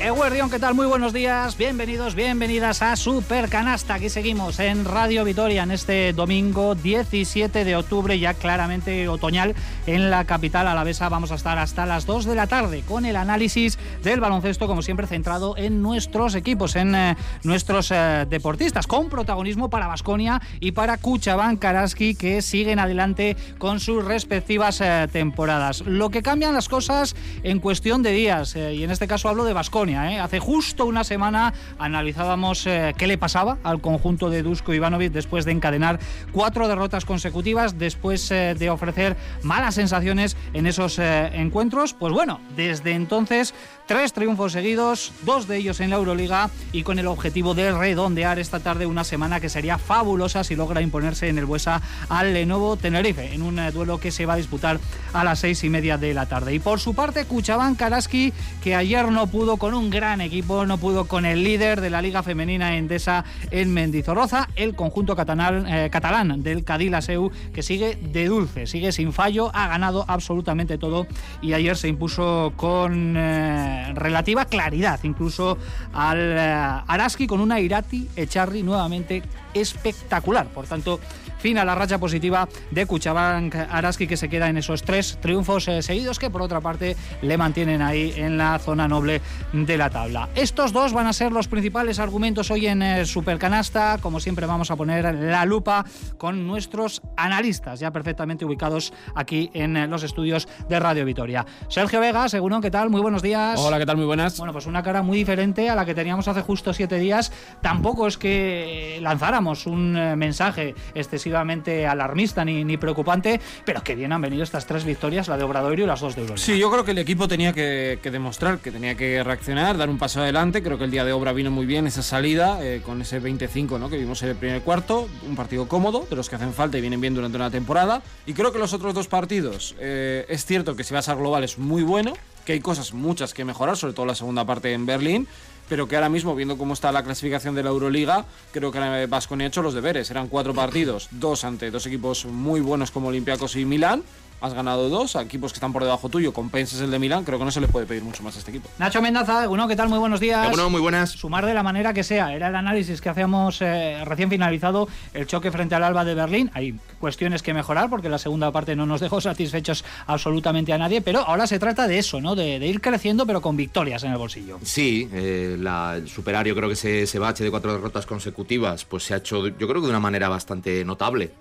Eguerdión, ¿qué tal? Muy buenos días, bienvenidos, bienvenidas a Supercanasta. Aquí seguimos en Radio Vitoria en este domingo 17 de octubre, ya claramente otoñal en la capital alavesa. Vamos a estar hasta las 2 de la tarde con el análisis del baloncesto, como siempre centrado en nuestros equipos, en nuestros deportistas, con protagonismo para Baskonia y para Cuchabank Araski, que siguen adelante con sus respectivas temporadas. Lo que cambian las cosas en cuestión de días, y en este caso hablo de Baskonia. Hace justo una semana analizábamos qué le pasaba al conjunto de Dusko Ivanovic después de encadenar 4 derrotas consecutivas, después de ofrecer malas sensaciones en esos encuentros. Pues bueno, desde entonces 3 triunfos seguidos, 2 de ellos en la Euroliga, y con el objetivo de redondear esta tarde una semana que sería fabulosa si logra imponerse en el Buesa al Lenovo Tenerife, en un duelo que se va a disputar a las 6:30 de la tarde. Y por su parte, Cuchabank Araski, que ayer no pudo con un gran equipo, no pudo con el líder de la Liga Femenina Endesa en Mendizorroza, el conjunto catalán del Cadilaseu, que sigue de dulce, sigue sin fallo, ha ganado absolutamente todo y ayer se impuso con relativa claridad incluso al Araski, con una Irati Echarri nuevamente espectacular. Por tanto, fin a la racha positiva de Cuchabank Araski, que se queda en esos 3 triunfos seguidos, que por otra parte le mantienen ahí en la zona noble de la tabla. Estos 2 van a ser los principales argumentos hoy en Supercanasta. Como siempre, vamos a poner la lupa con nuestros analistas ya perfectamente ubicados aquí en los estudios de Radio Vitoria. Sergio Vega, seguro, ¿qué tal? Muy buenos días. Hola, ¿qué tal? Muy buenas. Bueno, pues una cara muy diferente a la que teníamos hace justo 7 días. Tampoco es que lanzáramos un mensaje excesivamente alarmista ni preocupante, pero que bien han venido estas 3 victorias, la de Obradoiro y las 2 de Euroliga. Sí, yo creo que el equipo tenía que demostrar, que tenía que reaccionar, dar un paso adelante. Creo que el día de Obra vino muy bien esa salida, con ese 25, ¿no?, que vimos en el primer cuarto, un partido cómodo, de los que hacen falta y vienen bien durante una temporada. Y creo que los otros 2 partidos, es cierto que si vas a global es muy bueno, que hay cosas muchas que mejorar, sobre todo la segunda parte en Berlín, pero que ahora mismo, viendo cómo está la clasificación de la Euroliga, creo que Baskonia ha hecho los deberes. Eran 4 partidos, 2 ante 2 equipos muy buenos como Olympiacos y Milán. Has ganado 2 a equipos que están por debajo tuyo, compensas el de Milán. Creo que no se le puede pedir mucho más a este equipo. Nacho Mendaza, uno, ¿qué tal? Muy buenos días. Bueno, muy buenas. Sumar de la manera que sea. Era el análisis que hacíamos recién finalizado el choque frente al Alba de Berlín. Hay cuestiones que mejorar porque la segunda parte no nos dejó satisfechos absolutamente a nadie, pero ahora se trata de eso, ¿no? De ir creciendo, pero con victorias en el bolsillo. Sí, el superar, yo creo que ese bache de 4 derrotas consecutivas pues se ha hecho, yo creo que de una manera bastante notable,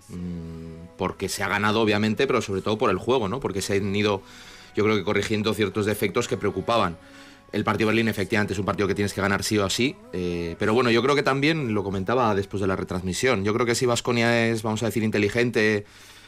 porque se ha ganado obviamente, pero sobre todo por el juego, ¿no? Porque se han ido, yo creo que corrigiendo ciertos defectos que preocupaban. El partido de Berlín efectivamente es un partido que tienes que ganar sí o sí, pero bueno, yo creo que también, lo comentaba después de la retransmisión, yo creo que si Baskonia es, vamos a decir, inteligente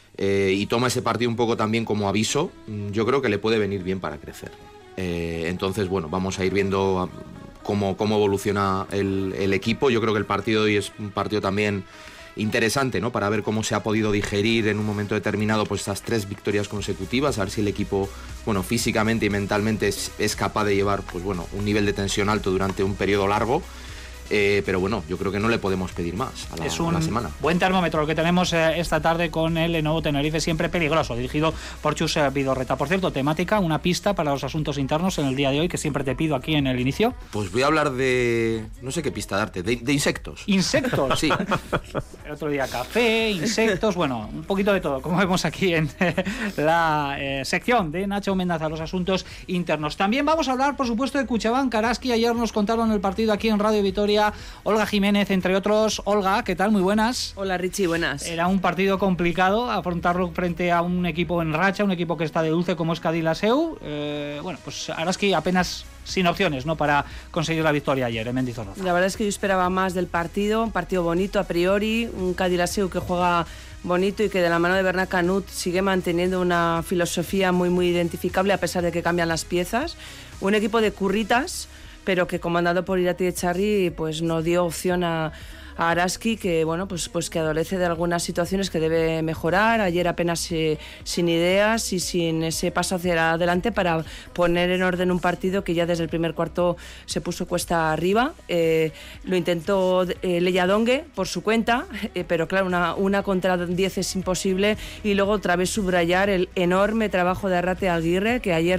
y toma ese partido un poco también como aviso, yo creo que le puede venir bien para crecer. Entonces, bueno, vamos a ir viendo cómo evoluciona el equipo. Yo creo que el partido de hoy es un partido también interesante, ¿no?, para ver cómo se ha podido digerir en un momento determinado pues estas 3 victorias consecutivas, a ver si el equipo, bueno, físicamente y mentalmente es capaz de llevar, pues bueno, un nivel de tensión alto durante un periodo largo. Pero bueno, yo creo que no le podemos pedir más a la semana. Buen termómetro el que tenemos esta tarde con el Lenovo Tenerife, siempre peligroso, dirigido por Chus Vidorreta. Por cierto, temática, una pista para los asuntos internos en el día de hoy, que siempre te pido aquí en el inicio. Pues voy a hablar de, no sé qué pista darte, de insectos. ¿Insectos? Sí. El otro día café, insectos, bueno, un poquito de todo, como vemos aquí en la sección de Nacho Mendaza, los asuntos internos. También vamos a hablar, por supuesto, de Cuchabank Araski. Ayer nos contaron el partido aquí en Radio Vitoria Olga Jiménez, entre otros. Olga, ¿qué tal? Muy buenas. Hola, Richie, buenas. Era un partido complicado afrontarlo frente a un equipo en racha, un equipo que está de dulce como es Cadilaseu. Bueno, pues Araski apenas sin opciones, ¿no?, para conseguir la victoria ayer en Mendizorroza. La verdad es que yo esperaba más del partido, un partido bonito a priori, un Cadilaseu que juega bonito y que de la mano de Bernat Canut sigue manteniendo una filosofía muy muy identificable a pesar de que cambian las piezas. Un equipo de curritas, pero que comandado por Irati Echarri pues no dio opción a Araski, que bueno, pues que adolece de algunas situaciones que debe mejorar. Ayer apenas sin ideas y sin ese paso hacia adelante para poner en orden un partido que ya desde el primer cuarto se puso cuesta arriba. Lo intentó Leia Dongue por su cuenta, pero claro, una contra 10 es imposible. Y luego otra vez subrayar el enorme trabajo de Arrate Aguirre, que ayer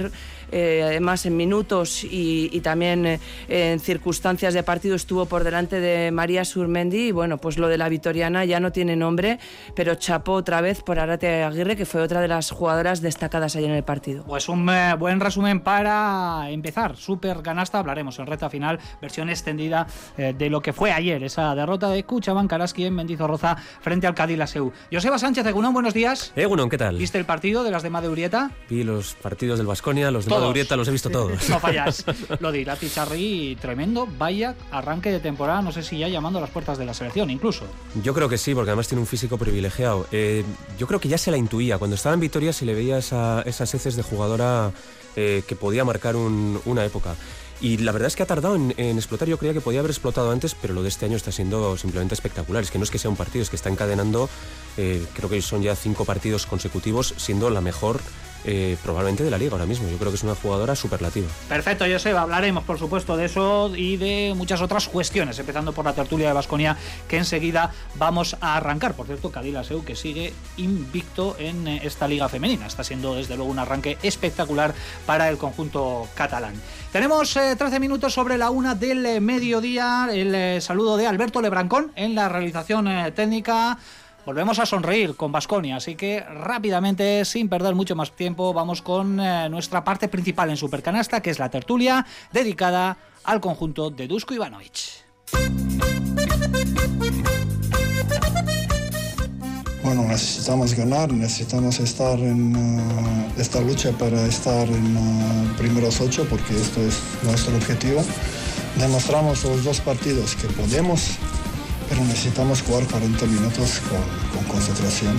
además en minutos y también en circunstancias de partido estuvo por delante de María Surmendi, y bueno, pues lo de la vitoriana ya no tiene nombre, pero chapó otra vez por Arate Aguirre, que fue otra de las jugadoras destacadas ayer en el partido. Pues un buen resumen para empezar. Super canasta, hablaremos en recta final, versión extendida de lo que fue ayer, esa derrota de Cuchaban Karaski en Mendizorroza frente al Cádiz Laseu. Joseba Sánchez, Egunon, buenos días. Egunon, ¿qué tal? ¿Viste el partido de las de Madeurieta? Vi los partidos del Baskonia, los de Madeurieta los he visto todos. No fallas. Lo de Irati Charri, tremendo, vaya arranque de temporada, no sé si ya llamando a las puertas de la selección incluso. Yo creo que sí, porque además tiene un físico privilegiado. Yo creo que ya se la intuía. Cuando estaba en Vitoria se le veía esas heces de jugadora que podía marcar una época. Y la verdad es que ha tardado en explotar. Yo creía que podía haber explotado antes, pero lo de este año está siendo simplemente espectacular. Es que no es que sea un partido, es que está encadenando, creo que son ya 5 partidos consecutivos, siendo la mejor probablemente de la liga ahora mismo. Yo creo que es una jugadora superlativa. Perfecto, Joseba, hablaremos por supuesto de eso y de muchas otras cuestiones, empezando por la tertulia de Baskonia, que enseguida vamos a arrancar. Por cierto, Cádiz Laseu, que sigue invicto en esta liga femenina, está siendo desde luego un arranque espectacular para el conjunto catalán. Tenemos 13 minutos sobre la 1 del mediodía. El saludo de Alberto Lebrancón en la realización técnica. Volvemos a sonreír con Baskonia, así que rápidamente, sin perder mucho más tiempo, vamos con nuestra parte principal en Supercanasta, que es la tertulia dedicada al conjunto de Dusko Ivanovic. Bueno, necesitamos ganar, necesitamos estar en esta lucha para estar en primeros 8, porque esto es nuestro objetivo. Demostramos los 2 partidos que podemos, pero necesitamos jugar 40 minutos con concentración.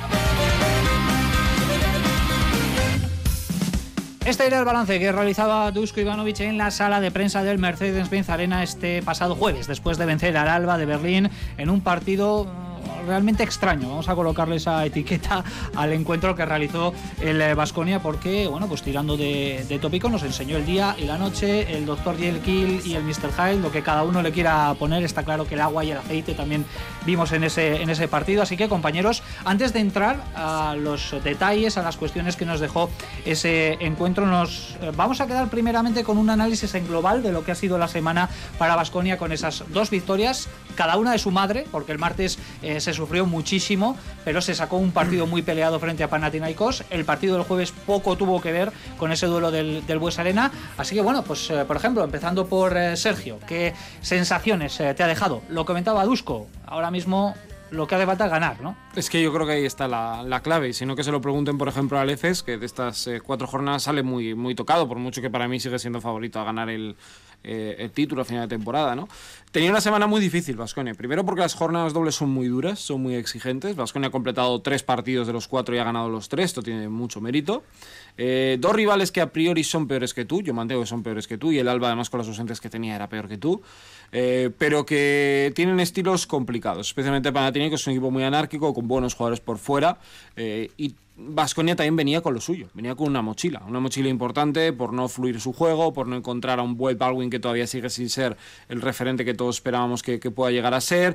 Este era el balance que realizaba Dusko Ivanovic en la sala de prensa del Mercedes-Benz Arena este pasado jueves, después de vencer al Alba de Berlín en un partido realmente extraño. Vamos a colocarle esa etiqueta al encuentro que realizó el Baskonia, porque, bueno, pues tirando de tópico, nos enseñó el día y la noche, el Dr. Jekyll y el Mr. Hyde, lo que cada uno le quiera poner. Está claro que el agua y el aceite también vimos en ese partido. Así que, compañeros, antes de entrar a los detalles, a las cuestiones que nos dejó ese encuentro, nos vamos a quedar primeramente con un análisis en global de lo que ha sido la semana para Baskonia, con esas 2 victorias, cada una de su madre, porque el martes se sufrió muchísimo, pero se sacó un partido muy peleado frente a Panathinaikos. El partido del jueves poco tuvo que ver con ese duelo del Bues Arena. Así que bueno, pues por ejemplo, empezando por Sergio, ¿qué sensaciones te ha dejado? Lo comentaba Dusko, ahora mismo lo que hace falta es ganar, ¿no? Es que yo creo que ahí está la clave, y si no, que se lo pregunten por ejemplo al EFES, que de estas 4 jornadas sale muy, muy tocado, por mucho que para mí sigue siendo favorito a ganar el título a final de temporada, ¿no? Tenía una semana muy difícil Baskonia, primero porque las jornadas dobles son muy duras, son muy exigentes. Baskonia ha completado 3 partidos de los 4 y ha ganado los 3, esto tiene mucho mérito. 2 rivales que a priori son peores que tú, yo mantengo que son peores que tú, y el Alba además con las ausentes que tenía era peor que tú, pero que tienen estilos complicados, especialmente Panathinaikos, es un equipo muy anárquico, con buenos jugadores por fuera, y Baskonia también venía con lo suyo, venía con una mochila importante por no fluir su juego, por no encontrar a un Wade Baldwin que todavía sigue sin ser el referente que todos esperábamos que pueda llegar a ser,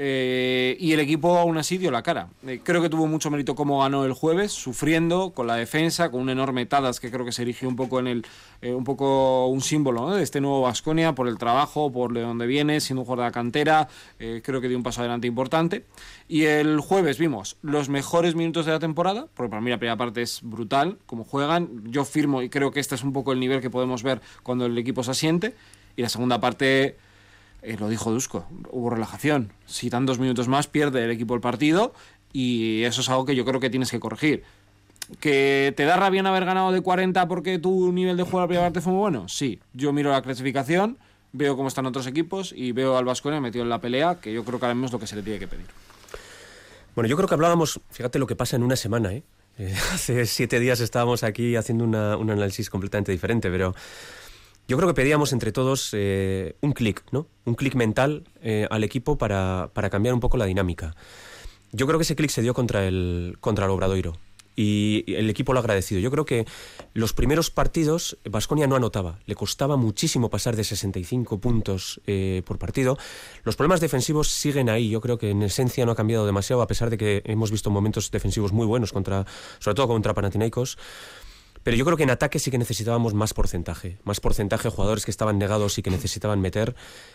y el equipo aún así dio la cara. Creo que tuvo mucho mérito cómo ganó el jueves, sufriendo, con la defensa, con un enorme Tadas que creo que se erigió un poco en un poco un símbolo, ¿no?, de este nuevo Baskonia, por el trabajo, por de dónde viene, siendo un jugador de la cantera. Creo que dio un paso adelante importante. Y el jueves vimos los mejores minutos de la temporada, porque para mí la primera parte es brutal, como juegan. Yo firmo y creo que este es un poco el nivel que podemos ver cuando el equipo se asiente. Y la segunda parte, lo dijo Dusko, hubo relajación. Si dan 2 minutos más, pierde el equipo el partido, y eso es algo que yo creo que tienes que corregir. ¿Que te da rabia no haber ganado de 40 porque tu nivel de juego a la primera parte fue muy bueno? Sí. Yo miro la clasificación, veo cómo están otros equipos y veo al Baskonia metido en la pelea, que yo creo que ahora mismo es lo que se le tiene que pedir. Bueno, yo creo que hablábamos, fíjate lo que pasa en una semana, hace 7 días estábamos aquí haciendo un análisis completamente diferente, pero yo creo que pedíamos entre todos un clic, ¿no? Un clic mental al equipo para cambiar un poco la dinámica. Yo creo que ese clic se dio contra el Obradoiro. Y el equipo lo ha agradecido. Yo creo que los primeros partidos Baskonia no anotaba, le costaba muchísimo pasar de 65 puntos por partido. Los problemas defensivos siguen ahí, yo creo que en esencia no ha cambiado demasiado, a pesar de que hemos visto momentos defensivos muy buenos, sobre todo contra Panathinaikos. Pero yo creo que en ataque sí que necesitábamos más porcentaje, jugadores que estaban negados y que necesitaban meter.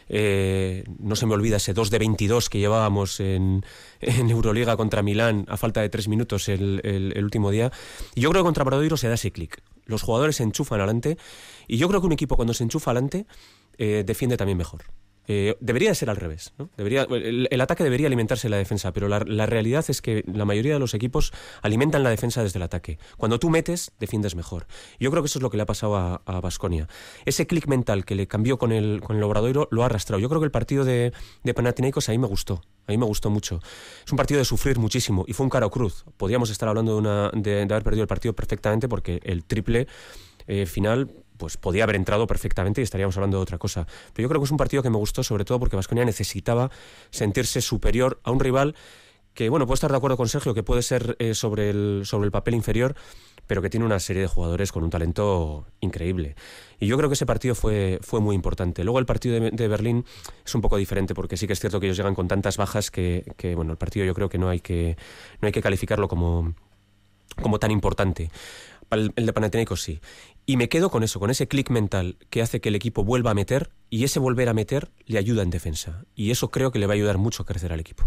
No se me olvida ese 2 de 22 que llevábamos en Euroliga contra Milán a falta de 3 minutos el último día. Y yo creo que contra Obradoiro se da ese clic. Los jugadores se enchufan adelante y yo creo que un equipo cuando se enchufa adelante defiende también mejor. Debería de ser al revés, ¿no? El ataque debería alimentarse la defensa, pero la realidad es que la mayoría de los equipos alimentan la defensa desde el ataque. Cuando tú metes, defiendes mejor. Yo creo que eso es lo que le ha pasado a Baskonia. Ese clic mental que le cambió con el Obradoiro lo ha arrastrado. Yo creo que el partido de Panathinaikos a mí me gustó mucho. Es un partido de sufrir muchísimo y fue un cara o cruz. Podíamos estar hablando de haber perdido el partido perfectamente porque el triple final pues podía haber entrado perfectamente y estaríamos hablando de otra cosa. Pero yo creo que es un partido que me gustó sobre todo porque Baskonia necesitaba sentirse superior a un rival que, bueno, puedo estar de acuerdo con Sergio que puede ser sobre el papel inferior, pero que tiene una serie de jugadores con un talento increíble. Y yo creo que ese partido fue muy importante. Luego el partido de Berlín es un poco diferente porque sí que es cierto que ellos llegan con tantas bajas que bueno, el partido yo creo que no hay que calificarlo como tan importante. El de Panathinaikos sí. Y me quedo con eso, con ese clic mental que hace que el equipo vuelva a meter y ese volver a meter le ayuda en defensa. Y eso creo que le va a ayudar mucho a crecer al equipo.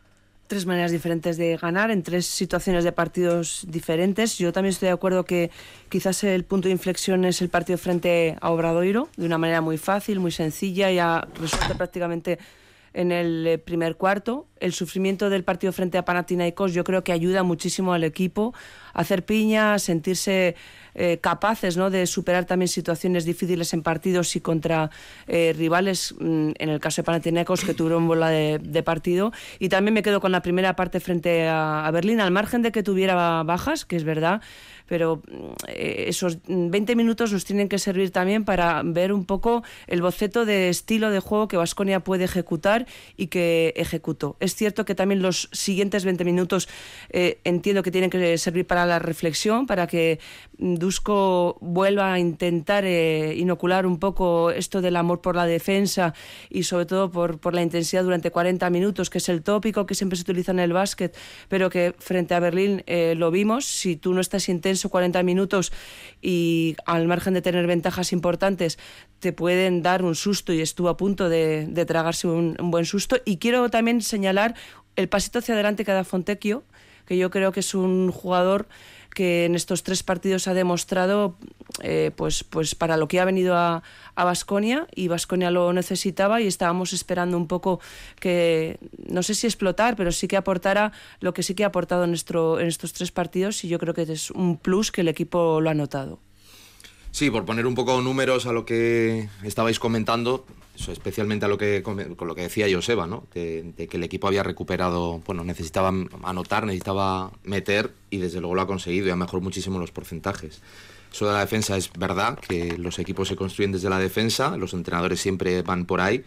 3 maneras diferentes de ganar en 3 situaciones de partidos diferentes. Yo también estoy de acuerdo que quizás el punto de inflexión es el partido frente a Obradoiro, de una manera muy fácil, muy sencilla, ya resuelta prácticamente en el primer cuarto. El sufrimiento del partido frente a Panathinaikos yo creo que ayuda muchísimo al equipo a hacer piña, a sentirse capaces, ¿no?, de superar también situaciones difíciles en partidos y contra rivales, en el caso de Panathinaikos, que tuvieron bola de partido. Y también me quedo con la primera parte frente a Berlín, al margen de que tuviera bajas, que es verdad, pero esos 20 minutos nos tienen que servir también para ver un poco el boceto de estilo de juego que Baskonia puede ejecutar y que ejecutó. Es cierto que también los siguientes 20 minutos entiendo que tienen que servir para la reflexión, para que Dusko vuelva a intentar inocular un poco esto del amor por la defensa y sobre todo por la intensidad durante 40 minutos, que es el tópico que siempre se utiliza en el básquet, pero que frente a Berlín lo vimos. Si tú no estás intenso 40 minutos y al margen de tener ventajas importantes te pueden dar un susto, y estuvo a punto de tragarse un buen susto. Y quiero también señalar el pasito hacia adelante que da Fontecchio, que yo creo que es un jugador que en estos 3 partidos ha demostrado pues para lo que ha venido a Baskonia, y Baskonia lo necesitaba, y estábamos esperando un poco que, no sé si explotar, pero sí que aportara lo que sí que ha aportado en estos 3 partidos, y yo creo que es un plus que el equipo lo ha notado. Sí, por poner un poco números a lo que estabais comentando, eso, especialmente con lo que decía Joseba, ¿no? De que el equipo había recuperado, bueno, necesitaba anotar, necesitaba meter, y desde luego lo ha conseguido y ha mejorado muchísimo los porcentajes. Eso de la defensa es verdad, que los equipos se construyen desde la defensa, los entrenadores siempre van por ahí,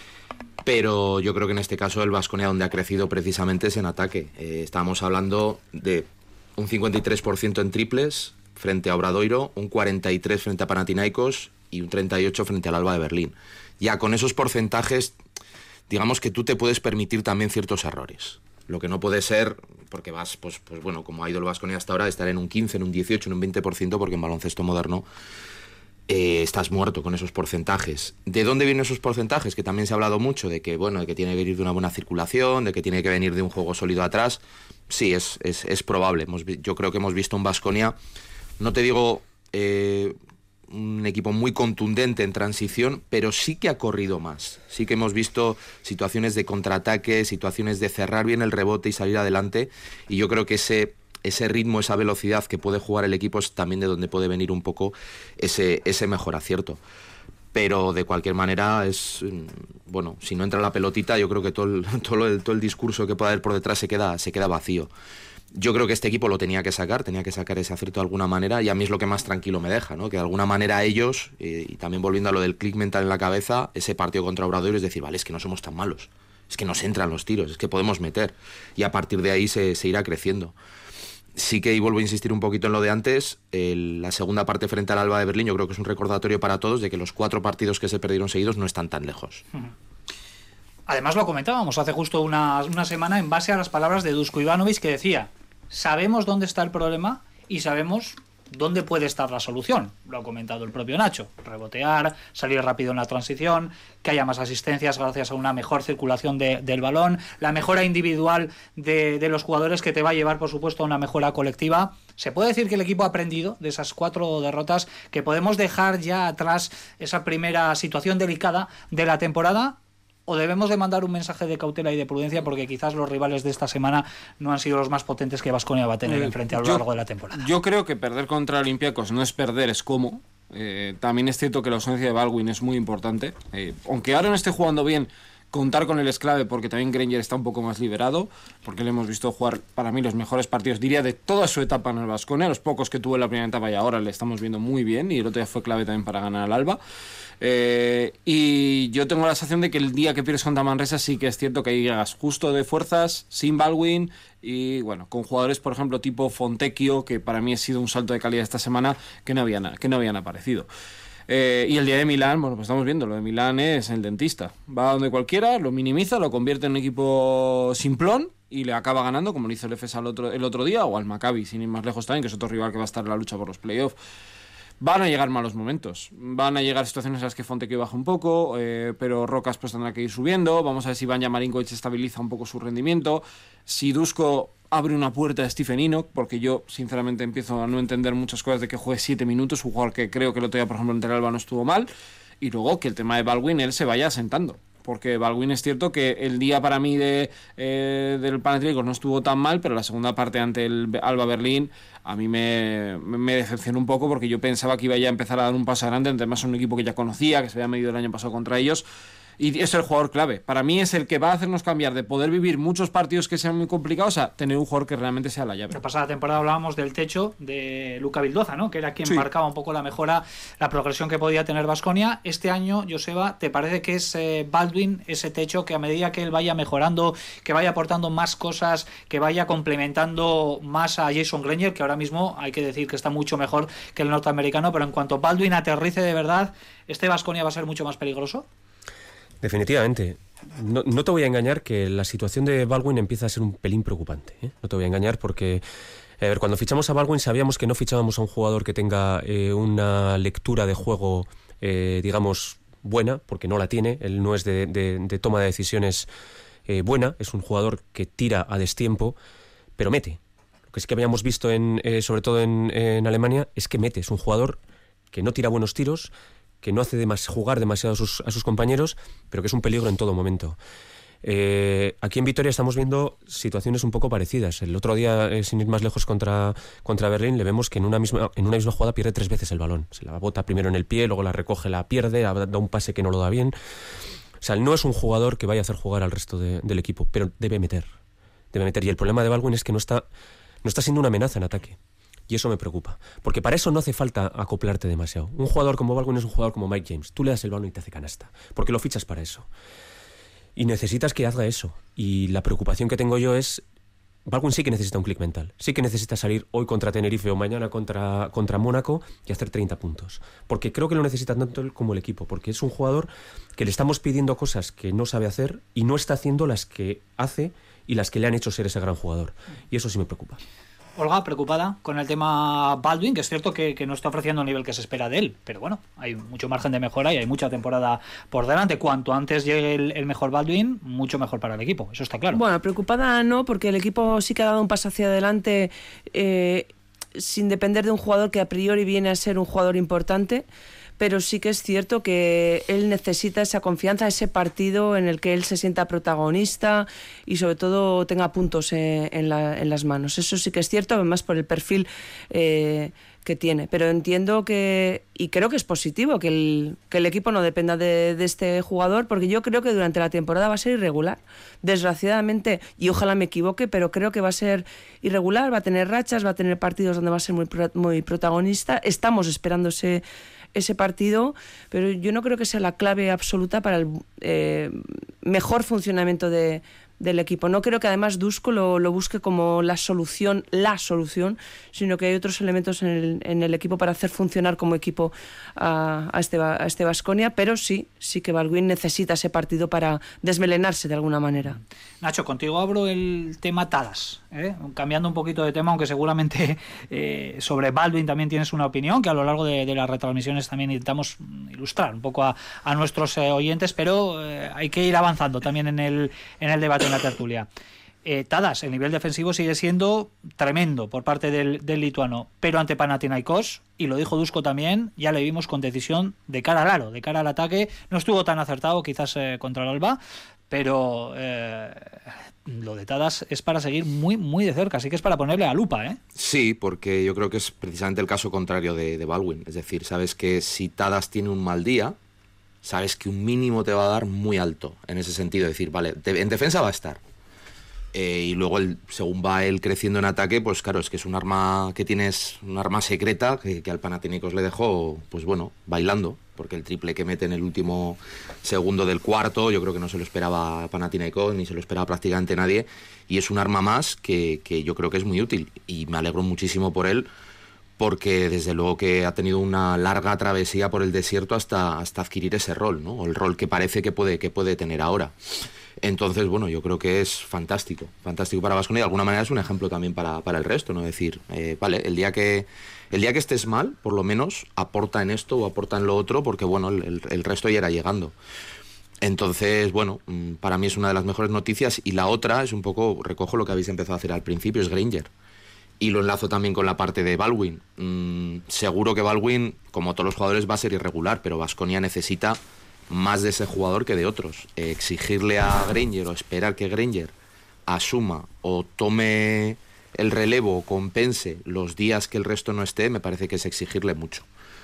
pero yo creo que en este caso el Baskonia donde ha crecido precisamente es en ataque. Estábamos hablando de un 53% en triples frente a Obradoiro, un 43% frente a Panathinaikos y un 38% frente al Alba de Berlín. Ya con esos porcentajes, digamos que tú te puedes permitir también ciertos errores. Lo que no puede ser, porque vas, pues bueno, como ha ido el Baskonia hasta ahora, estar en un 15, en un 18, en un 20%, porque en baloncesto moderno estás muerto con esos porcentajes. ¿De dónde vienen esos porcentajes? Que también se ha hablado mucho de que, bueno, de que tiene que venir de una buena circulación, de que tiene que venir de un juego sólido atrás. Sí, es probable. Yo creo que hemos visto un Baskonia, no te digo un equipo muy contundente en transición, pero sí que ha corrido más. Sí que hemos visto situaciones de contraataque, situaciones de cerrar bien el rebote y salir adelante, y yo creo que ese ritmo, esa velocidad que puede jugar el equipo es también de donde puede venir un poco ese mejor acierto. Pero de cualquier manera es, bueno, si no entra la pelotita, yo creo que todo el discurso que pueda haber por detrás se queda vacío. Yo creo que este equipo lo tenía que sacar ese acierto de alguna manera, y a mí es lo que más tranquilo me deja, ¿no? Que de alguna manera ellos, y también volviendo a lo del click mental en la cabeza, ese partido contra Obradoiro es decir, vale, es que no somos tan malos, es que nos entran los tiros, es que podemos meter, y a partir de ahí se irá creciendo. Sí que, y vuelvo a insistir un poquito en lo de antes, la segunda parte frente al Alba de Berlín yo creo que es un recordatorio para todos de que los 4 partidos que se perdieron seguidos no están tan lejos. Además lo comentábamos hace justo una semana en base a las palabras de Dusko Ivanovic, que decía: sabemos dónde está el problema y sabemos ¿dónde puede estar la solución? Lo ha comentado el propio Nacho: rebotear, salir rápido en la transición, que haya más asistencias gracias a una mejor circulación del balón, la mejora individual de los jugadores, que te va a llevar, por supuesto, a una mejora colectiva. ¿Se puede decir que el equipo ha aprendido de esas 4 derrotas, que podemos dejar ya atrás esa primera situación delicada de la temporada? ¿O debemos de mandar un mensaje de cautela y de prudencia, porque quizás los rivales de esta semana no han sido los más potentes que Baskonia va a tener enfrente a lo largo de la temporada? Yo creo que perder contra Olympiacos no es perder, es como. También es cierto que la ausencia de Baldwin es muy importante. Aunque ahora no esté jugando bien, contar con él es clave, porque también Granger está un poco más liberado, porque le hemos visto jugar, para mí, los mejores partidos, diría, de toda su etapa en el Baskonia. Los pocos que tuvo en la primera etapa y ahora le estamos viendo muy bien, y el otro día fue clave también para ganar al Alba. Y yo tengo la sensación de que el día que pierdes contra Manresa sí que es cierto que ahí llegas justo de fuerzas, sin Baldwin, y bueno, con jugadores, por ejemplo, tipo Fontecchio, que para mí ha sido un salto de calidad esta semana, que no habían aparecido. Y el día de Milán, bueno, pues estamos viendo, lo de Milán es el dentista. Va donde cualquiera, lo minimiza, lo convierte en un equipo simplón y le acaba ganando, como lo hizo el Efes el otro día, o al Maccabi, sin ir más lejos también, que es otro rival que va a estar en la lucha por los playoffs. Van a llegar malos momentos, van a llegar situaciones en las que Fontecchio baja un poco, pero Rocas pues tendrá que ir subiendo. Vamos a ver si Vanja Marinkovic estabiliza un poco su rendimiento, si Dusko abre una puerta de Stephen Enoch, porque yo sinceramente empiezo a no entender muchas cosas de que juegue 7 minutos, un jugador que creo que el otro día, por ejemplo, entre el Alba no estuvo mal, y luego que el tema de Baldwin él se vaya asentando. Porque Baldwin es cierto que el día para mí del Panathinaikos no estuvo tan mal, pero la segunda parte ante el Alba Berlín a mí me decepcionó un poco, porque yo pensaba que iba ya a empezar a dar un paso adelante, además un equipo que ya conocía, que se había medido el año pasado contra ellos, y es el jugador clave. Para mí es el que va a hacernos cambiar de poder vivir muchos partidos que sean muy complicados a tener un jugador que realmente sea la llave. La pasada temporada hablábamos del techo de Luca Vildoza, ¿no? Que era quien marcaba un poco la mejora, la progresión que podía tener Baskonia. Este año, Joseba, ¿te parece que es Baldwin ese techo, que a medida que él vaya mejorando, que vaya aportando más cosas, que vaya complementando más a Jason Granger, que ahora mismo hay que decir que está mucho mejor que el norteamericano, pero en cuanto Baldwin aterrice de verdad, ¿este Baskonia va a ser mucho más peligroso? Definitivamente. No te voy a engañar que la situación de Baldwin empieza a ser un pelín preocupante, ¿eh? No te voy a engañar porque, a ver, cuando fichamos a Baldwin sabíamos que no fichábamos a un jugador que tenga una lectura de juego, digamos, buena, porque no la tiene. Él no es de toma de decisiones buena, es un jugador que tira a destiempo, pero mete. Lo que sí que habíamos visto, sobre todo en Alemania, es que mete. Es un jugador que no tira buenos tiros, que no hace jugar demasiado a sus compañeros, pero que es un peligro en todo momento. Aquí en Vitoria estamos viendo situaciones un poco parecidas. El otro día, sin ir más lejos, contra Berlín, le vemos que en una misma jugada pierde 3 veces el balón. Se la bota primero en el pie, luego la recoge, la pierde, da un pase que no lo da bien. O sea, no es un jugador que vaya a hacer jugar al resto del equipo, pero debe meter. Y el problema de Baldwin es que no está siendo una amenaza en ataque. Y eso me preocupa, porque para eso no hace falta acoplarte demasiado. Un jugador como Baldwin es un jugador como Mike James. Tú le das el balón y te hace canasta, porque lo fichas para eso. Y necesitas que haga eso. Y la preocupación que tengo yo es, Baldwin sí que necesita un clic mental. Sí que necesita salir hoy contra Tenerife o mañana contra Mónaco y hacer 30 puntos. Porque creo que lo necesita tanto él como el equipo, porque es un jugador que le estamos pidiendo cosas que no sabe hacer y no está haciendo las que hace y las que le han hecho ser ese gran jugador. Y eso sí me preocupa. Olga, preocupada con el tema Baldwin, que es cierto que no está ofreciendo el nivel que se espera de él, pero bueno, hay mucho margen de mejora y hay mucha temporada por delante. Cuanto antes llegue el mejor Baldwin, mucho mejor para el equipo, eso está claro. Bueno, preocupada no, porque el equipo sí que ha dado un paso hacia adelante sin depender de un jugador que a priori viene a ser un jugador importante, pero sí que es cierto que él necesita esa confianza, ese partido en el que él se sienta protagonista y sobre todo tenga puntos en las manos. Eso sí que es cierto, además por el perfil que tiene. Pero entiendo y creo que es positivo que el equipo no dependa de este jugador, porque yo creo que durante la temporada va a ser irregular. Desgraciadamente, y ojalá me equivoque, pero creo que va a ser irregular, va a tener rachas, va a tener partidos donde va a ser muy protagonista. Estamos esperando ese partido, pero yo no creo que sea la clave absoluta para el mejor funcionamiento de del equipo. No creo que además Dusko lo busque como la solución, sino que hay otros elementos en el equipo para hacer funcionar como equipo a este Baskonia, pero sí que Baldwin necesita ese partido para desmelenarse de alguna manera. Nacho, contigo abro el tema Tadas, cambiando un poquito de tema, aunque seguramente sobre Baldwin también tienes una opinión, que a lo largo de las retransmisiones también intentamos ilustrar un poco a nuestros oyentes, pero hay que ir avanzando también en el debate, en la tertulia. Tadas, el nivel defensivo sigue siendo tremendo por parte del lituano, pero ante Panathinaikos, y lo dijo Dusko también, ya le vimos con decisión de cara al aro, de cara al ataque. No estuvo tan acertado quizás contra el Alba, pero lo de Tadas es para seguir muy, muy de cerca, así que es para ponerle a lupa, ¿eh? Sí, porque yo creo que es precisamente el caso contrario de Baldwin. Es decir, sabes que si Tadas tiene un mal día, sabes que un mínimo te va a dar muy alto, en ese sentido. Es decir, vale, en defensa va a estar. Y luego, según va él creciendo en ataque, pues claro, es que es un arma que tienes, un arma secreta que al Panathinaikos le dejó, pues bueno, bailando, porque el triple que mete en el último segundo del cuarto, yo creo que no se lo esperaba Panathinaikos, ni se lo esperaba prácticamente nadie, y es un arma más que yo creo que es muy útil, y me alegro muchísimo por él, porque desde luego que ha tenido una larga travesía por el desierto hasta adquirir ese rol, ¿no? O el rol que parece que puede tener ahora. Entonces, bueno, yo creo que es fantástico para Baskonia, y de alguna manera es un ejemplo también para el resto, ¿no? Es decir, vale, el día que estés mal, por lo menos aporta en esto o aporta en lo otro, porque bueno, el resto ya irá llegando. Entonces, bueno, para mí es una de las mejores noticias, y la otra es un poco, recojo lo que habéis empezado a hacer al principio, es Granger. Y lo enlazo también con la parte de Baldwin. Seguro que Baldwin, como todos los jugadores, va a ser irregular, pero Baskonia necesita más de ese jugador que de otros. Exigirle a Granger o esperar que Granger asuma o tome el relevo o compense los días que el resto no esté, me parece que es exigirle mucho.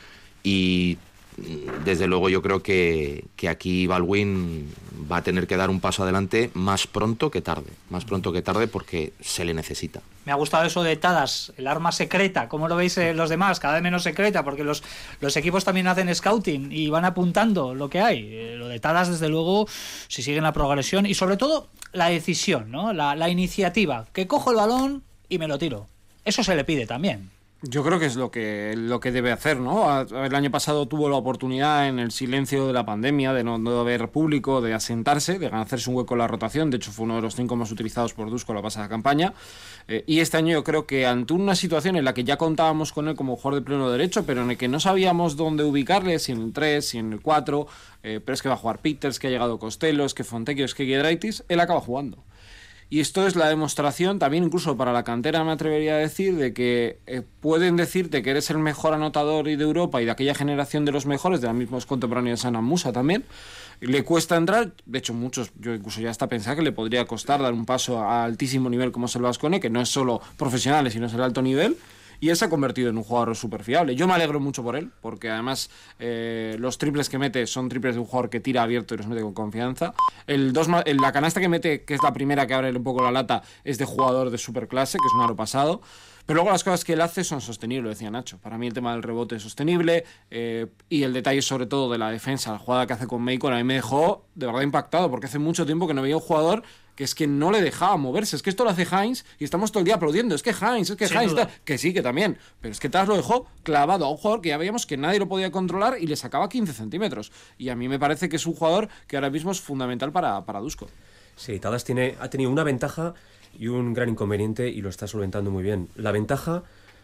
Y desde luego yo creo que aquí Baldwin va a tener que dar un paso adelante más pronto que tarde, porque se le necesita. Me ha gustado eso de Tadas, el arma secreta. ¿Cómo lo veis los demás? Cada vez menos secreta, porque los equipos también hacen scouting y van apuntando lo que hay. Lo de Tadas, desde luego, si siguen la progresión y sobre todo la decisión, ¿no? La iniciativa, que cojo el balón y me lo tiro. Eso se le pide también. Yo creo que es lo que debe hacer, ¿no? El año pasado tuvo la oportunidad, en el silencio de la pandemia, de no haber público, de asentarse, de hacerse un hueco en la rotación. De hecho, fue uno de los 5 más utilizados por Dusko la pasada campaña. Y este año yo creo que ante una situación en la que ya contábamos con él como jugador de pleno derecho, pero en el que no sabíamos dónde ubicarle, si en el 3, si en el 4, pero es que va a jugar Peters, que ha llegado Costello, es que Fontecchio, es que Giedraitis, él acaba jugando. Y esto es la demostración también, incluso para la cantera, me atrevería a decir, de que pueden decirte que eres el mejor anotador de Europa y de aquella generación de los mejores, de la misma contemporánea de Sana Musa también. Le cuesta entrar, de hecho muchos, yo incluso ya hasta pensaba que le podría costar dar un paso a altísimo nivel como es el Baskonia, que no es solo profesionales, sino es el alto nivel. Y él se ha convertido en un jugador súper fiable. Yo me alegro mucho por él, porque además los triples que mete son triples de un jugador que tira abierto y los mete con confianza. La canasta que mete, que es la primera que abre un poco la lata, es de jugador de superclase, que es un aro pasado. Pero luego las cosas que él hace son sostenibles, lo decía Nacho. Para mí el tema del rebote es sostenible, y el detalle sobre todo de la defensa, la jugada que hace con Macon, a mí me dejó de verdad impactado, porque hace mucho tiempo que no veía un jugador que es que no le dejaba moverse. Es que esto lo hace Heinz y estamos todo el día aplaudiendo. Es que Heinz que sí, que también. Pero es que Tadas lo dejó clavado a un jugador que ya veíamos que nadie lo podía controlar y le sacaba 15 centímetros. Y a mí me parece que es un jugador que ahora mismo es fundamental para Dusko. Sí, Tadas ha tenido una ventaja y un gran inconveniente, y lo está solventando muy bien. La ventaja,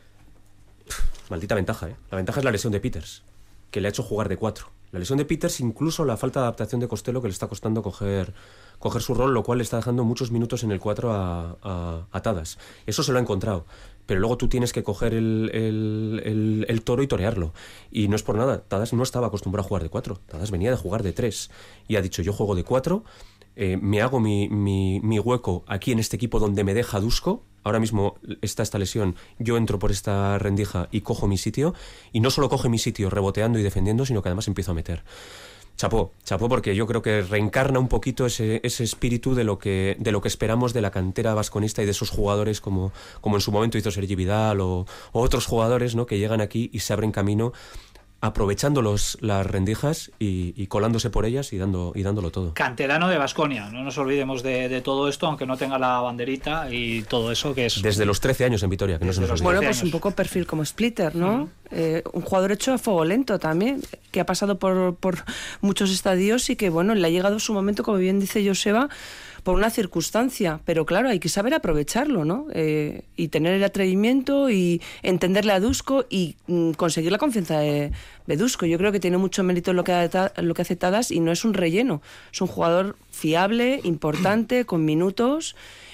maldita ventaja, La ventaja es la lesión de Peters, que le ha hecho jugar de 4. La lesión de Peters, incluso la falta de adaptación de Costello, que le está costando coger su rol, lo cual le está dejando muchos minutos en el 4 a Tadas. Eso se lo ha encontrado. Pero luego tú tienes que coger el toro y torearlo. Y no es por nada, Tadas no estaba acostumbrado a jugar de 4. Tadas venía de jugar de 3. Y ha dicho, yo juego de 4, me hago mi hueco aquí en este equipo donde me deja Dusko. Ahora mismo está esta lesión, yo entro por esta rendija y cojo mi sitio. Y no solo coge mi sitio reboteando y defendiendo, sino que además empiezo a meter. Chapó, porque yo creo que reencarna un poquito ese espíritu de lo que esperamos de la cantera vasconista y de esos jugadores como en su momento hizo Sergi Vidal o otros jugadores, ¿no?, que llegan aquí y se abren camino aprovechando las rendijas y colándose por ellas y dándolo todo. Canterano de Baskonia, no nos olvidemos de todo esto, aunque no tenga la banderita y todo eso que es... Desde los 13 años en Vitoria, que no se nos olvide. Bueno, pues un poco perfil como Splitter, ¿no? Un jugador hecho a fuego lento también, que ha pasado por muchos estadios y que, bueno, le ha llegado su momento, como bien dice Joseba, por una circunstancia, pero claro, hay que saber aprovecharlo, ¿no? Y tener el atrevimiento y entenderle a Dusko y conseguir la confianza de Dusko. Yo creo que tiene mucho mérito lo que hace Tadas y no es un relleno, es un jugador fiable, importante, con minutos,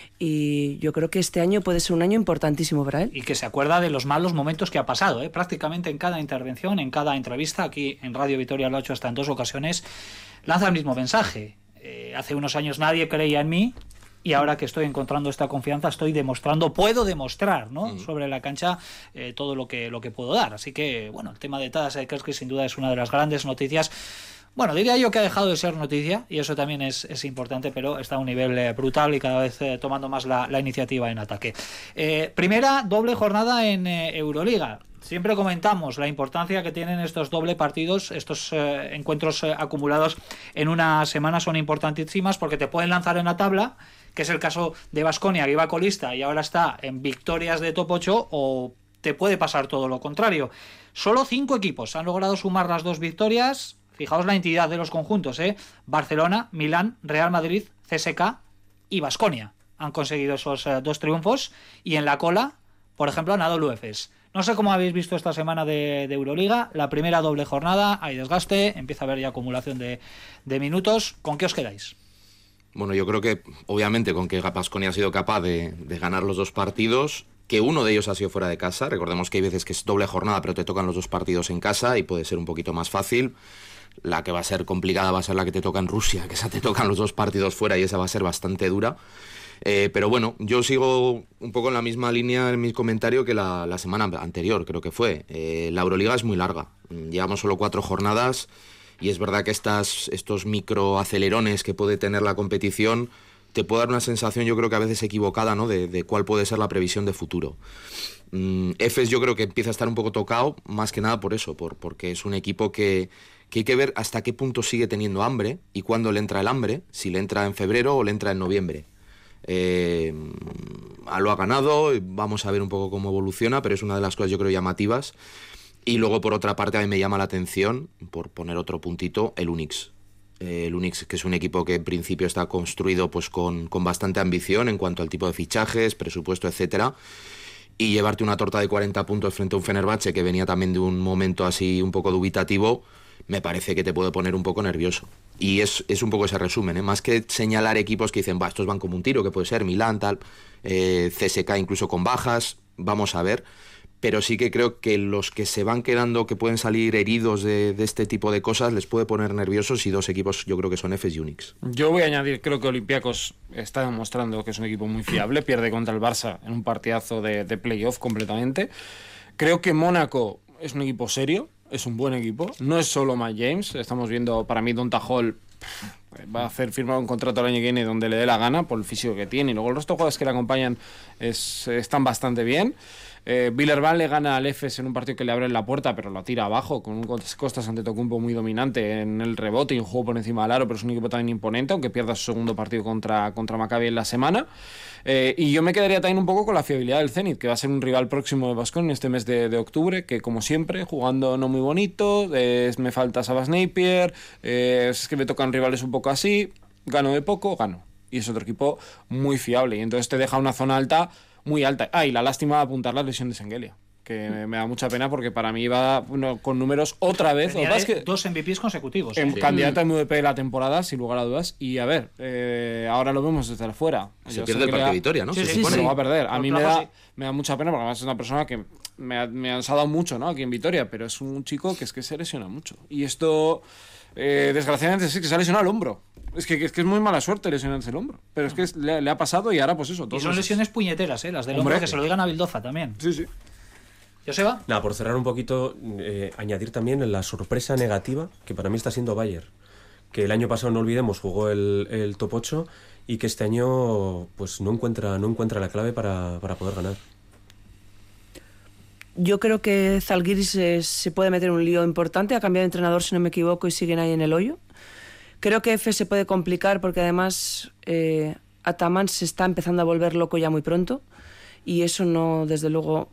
y yo creo que este año puede ser un año importantísimo para él. Y que se acuerda de los malos momentos que ha pasado, prácticamente en cada intervención, en cada entrevista, aquí en Radio Vitoria lo ha hecho hasta en 2 ocasiones, lanza el mismo mensaje. Hace unos años nadie creía en mí y ahora que estoy encontrando esta confianza puedo demostrar, ¿no? Sobre la cancha todo lo que puedo dar. Así que, bueno, el tema de Tadas Elkerski sin duda es una de las grandes noticias. Bueno, diría yo que ha dejado de ser noticia y eso también es importante, pero está a un nivel brutal y cada vez tomando más la iniciativa en ataque. Primera doble jornada en Euroliga. Siempre comentamos la importancia que tienen estos doble partidos, estos encuentros acumulados en una semana son importantísimas porque te pueden lanzar en la tabla, que es el caso de Baskonia, que iba colista y ahora está en victorias de top 8, o te puede pasar todo lo contrario. Solo 5 equipos han logrado sumar las 2 victorias. Fijaos la entidad de los conjuntos, Barcelona, Milán, Real Madrid, CSKA y Baskonia han conseguido esos 2 triunfos, y en la cola, por ejemplo, Anadolu Efes. No sé cómo habéis visto esta semana de Euroliga, la primera doble jornada, hay desgaste, empieza a haber ya acumulación de minutos. ¿Con qué os quedáis? Bueno, yo creo que obviamente con que Baskonia ha sido capaz de ganar los 2 partidos, que uno de ellos ha sido fuera de casa. Recordemos que hay veces que es doble jornada pero te tocan los 2 partidos en casa y puede ser un poquito más fácil. La que va a ser complicada va a ser la que te toca en Rusia, que esa te tocan los 2 partidos fuera y esa va a ser bastante dura. Pero bueno, yo sigo un poco en la misma línea en mi comentario que la semana anterior, creo que fue. La Euroliga es muy larga, llevamos solo 4 jornadas y es verdad que estos microacelerones que puede tener la competición te puede dar una sensación, yo creo que a veces equivocada, ¿no? de cuál puede ser la previsión de futuro. Efes yo creo que empieza a estar un poco tocado, más que nada por eso, porque es un equipo que hay que ver hasta qué punto sigue teniendo hambre y cuándo le entra el hambre, si le entra en febrero o le entra en noviembre. Lo ha ganado, vamos a ver un poco cómo evoluciona, pero es una de las cosas yo creo llamativas. Y luego por otra parte a mí me llama la atención, por poner otro puntito, el Unix. El Unix, que es un equipo que en principio está construido pues con bastante ambición en cuanto al tipo de fichajes, presupuesto, etcétera, y llevarte una torta de 40 puntos frente a un Fenerbahce que venía también de un momento así un poco dubitativo, me parece que te puede poner un poco nervioso. Y es un poco ese resumen, más que señalar equipos que dicen, estos van como un tiro, que puede ser Milán, tal, CSKA incluso con bajas, vamos a ver. Pero sí que creo que los que se van quedando, que pueden salir heridos de este tipo de cosas, les puede poner nerviosos, y 2 equipos yo creo que son Efes y Unix. Yo voy a añadir, creo que Olympiacos está demostrando que es un equipo muy fiable, pierde contra el Barça en un partidazo de playoff completamente. Creo que Mónaco es un equipo serio, es un buen equipo, no es solo Matt James, estamos viendo, para mí Donta Hall va a hacer firmar un contrato el año que viene donde le dé la gana por el físico que tiene, y luego el resto de jugadores que le acompañan están bastante bien. Villarreal le gana al Efes en un partido que le abre la puerta, pero lo tira abajo, con un Costas Antetokounmpo muy dominante en el rebote y un juego por encima del aro, pero es un equipo también imponente, aunque pierda su segundo partido contra Maccabi en la semana. Y yo me quedaría también un poco con la fiabilidad del Zenit, que va a ser un rival próximo de Baskonia en este mes de octubre, que como siempre, jugando no muy bonito, me falta Sabas Napier, es que me tocan rivales un poco así, gano de poco, gano. Y es otro equipo muy fiable, y entonces te deja una zona alta muy alta. Y la lástima de apuntar la lesión de Sengelia, que me da mucha pena porque para mí iba con números otra vez. Que 2 MVPs consecutivos. Candidato a MVP de la temporada, sin lugar a dudas. Y a ver, ahora lo vemos desde afuera. Se pierde el partido de Vitoria, ¿no? Sí, bueno, va a perder. A mí me da mucha pena porque además es una persona que me ha dado mucho, ¿no? Aquí en Vitoria, pero es un chico que se lesiona mucho. Y esto, desgraciadamente, sí que se ha lesionado el hombro. Es que es muy mala suerte lesionarse el hombro. Pero es que le ha pasado y ahora pues eso. Y son lesiones puñeteras, las del hombro, que se lo digan a Bildoza también. Sí. ¿Joseba? Nada, por cerrar un poquito, añadir también la sorpresa negativa que para mí está siendo Bayer. Que el año pasado, no olvidemos, jugó el top 8 y que este año pues no encuentra la clave para poder ganar. Yo creo que Zalgiris se puede meter en un lío importante. Ha cambiado de entrenador, si no me equivoco, y siguen ahí en el hoyo. Creo que Efes se puede complicar porque además Ataman se está empezando a volver loco ya muy pronto, y eso no, desde luego,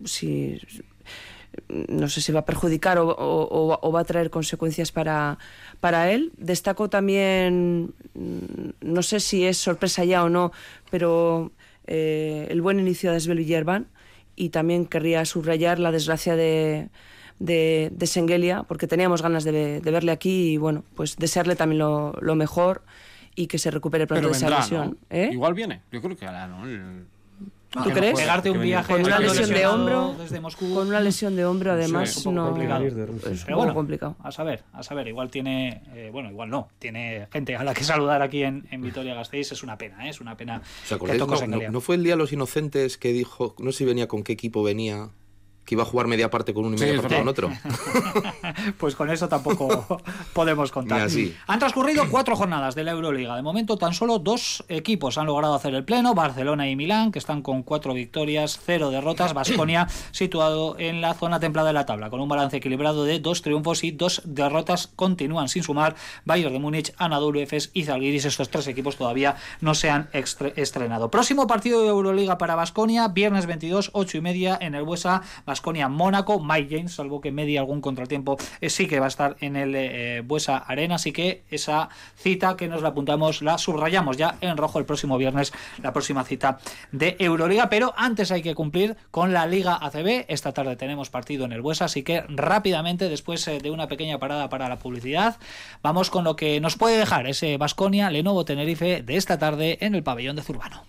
no sé si va a perjudicar o va a traer consecuencias para él. Destaco también, no sé si es sorpresa ya o no, pero el buen inicio de Svel Villerban, y también querría subrayar la desgracia de Shengelia, porque teníamos ganas de verle aquí, y bueno, pues desearle también lo mejor y que se recupere pronto de esa lesión. ¿No? Igual viene, yo creo que hará, ¿no? ¿Tú crees? Pegarte un viaje con una lesión de hombro, desde Moscú. Con una lesión de hombro, además, es un poco complicado. Es Pero bueno, complicado. A saber, igual tiene, igual no, tiene gente a la que saludar aquí en Vitoria-Gasteiz. Es una pena, es una pena. ¿Os acordáis? No fue el Día de los Inocentes que dijo, no sé si venía con qué equipo venía, que iba a jugar media parte con uno y media parte con otro? Pues con eso tampoco podemos contar. Han transcurrido 4 jornadas de la Euroliga. De momento tan solo 2 equipos han logrado hacer el pleno, Barcelona y Milán, que están con 4 victorias, 0 derrotas. Baskonia situado en la zona templada de la tabla, con un balance equilibrado de 2 triunfos y 2 derrotas. Continúan sin sumar Bayern de Múnich, Anadolu Efes y Zalgiris. Estos 3 equipos todavía no se han estrenado. Próximo partido de Euroliga para Baskonia, viernes 22, 8:30 en el Buesa. Baskonia-Mónaco. Mike James, salvo que medie algún contratiempo, sí que va a estar en el Buesa Arena, así que esa cita que nos la apuntamos, la subrayamos ya en rojo el próximo viernes, la próxima cita de Euroliga. Pero antes hay que cumplir con la Liga ACB. Esta tarde tenemos partido en el Buesa, así que rápidamente, después de una pequeña parada para la publicidad, vamos con lo que nos puede dejar ese Baskonia Lenovo Tenerife de esta tarde en el pabellón de Zurbano.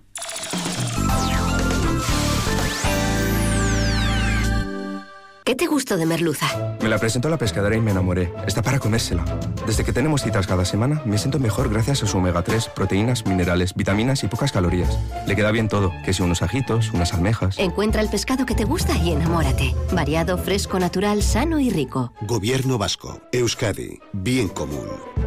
¿Qué te gustó de merluza? Me la presentó la pescadora y me enamoré. Está para comérsela. Desde que tenemos citas cada semana, me siento mejor gracias a su omega 3, proteínas, minerales, vitaminas y pocas calorías. Le queda bien todo, que si unos ajitos, unas almejas. Encuentra el pescado que te gusta y enamórate. Variado, fresco, natural, sano y rico. Gobierno vasco. Euskadi. Bien común.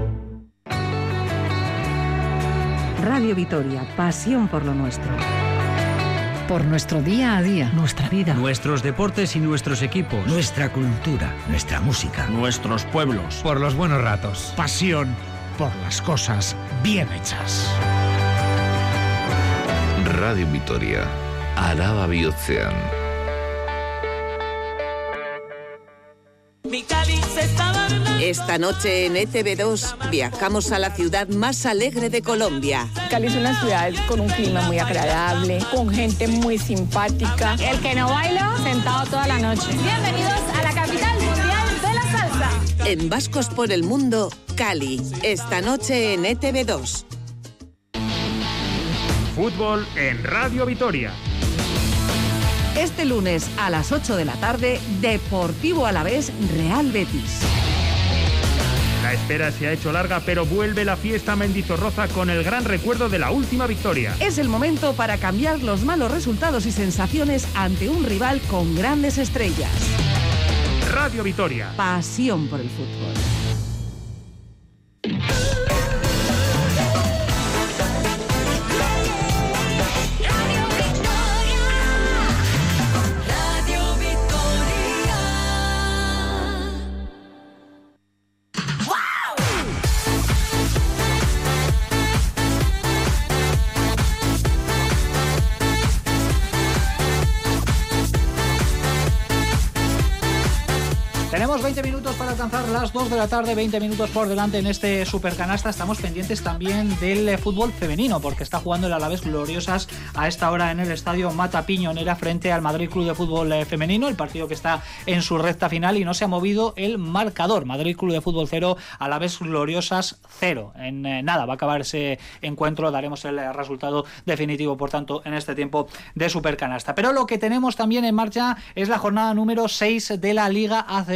Radio Vitoria. Pasión por lo nuestro. Por nuestro día a día, nuestra vida, nuestros deportes y nuestros equipos, nuestra cultura, nuestra música, nuestros pueblos, por los buenos ratos, pasión por las cosas bien hechas. Radio Vitoria, Araba bihotzean. Esta noche en ETV2 viajamos a la ciudad más alegre de Colombia. Cali es una ciudad con un clima muy agradable, con gente muy simpática. El que no baila, sentado toda la noche. Bienvenidos a la capital mundial de la salsa. En Vascos por el Mundo, Cali. Esta noche en ETV2. Fútbol en Radio Vitoria. Este lunes a las 8 de la tarde, Deportivo Alavés Real Betis. La espera se ha hecho larga, pero vuelve la fiesta Mendizorroza con el gran recuerdo de la última victoria. Es el momento para cambiar los malos resultados y sensaciones ante un rival con grandes estrellas. Radio Vitoria. Pasión por el fútbol. Tenemos 20 minutos para alcanzar las 2 de la tarde, 20 minutos por delante en este Supercanasta. Estamos pendientes también del fútbol femenino, porque está jugando el Alavés Gloriosas a esta hora en el estadio Mata Piñonera frente al Madrid Club de Fútbol Femenino, el partido que está en su recta final y no se ha movido el marcador. Madrid Club de Fútbol 0, Alavés Gloriosas 0. En nada va a acabar ese encuentro, daremos el resultado definitivo, por tanto, en este tiempo de Supercanasta. Pero lo que tenemos también en marcha es la jornada número 6 de la Liga ACB.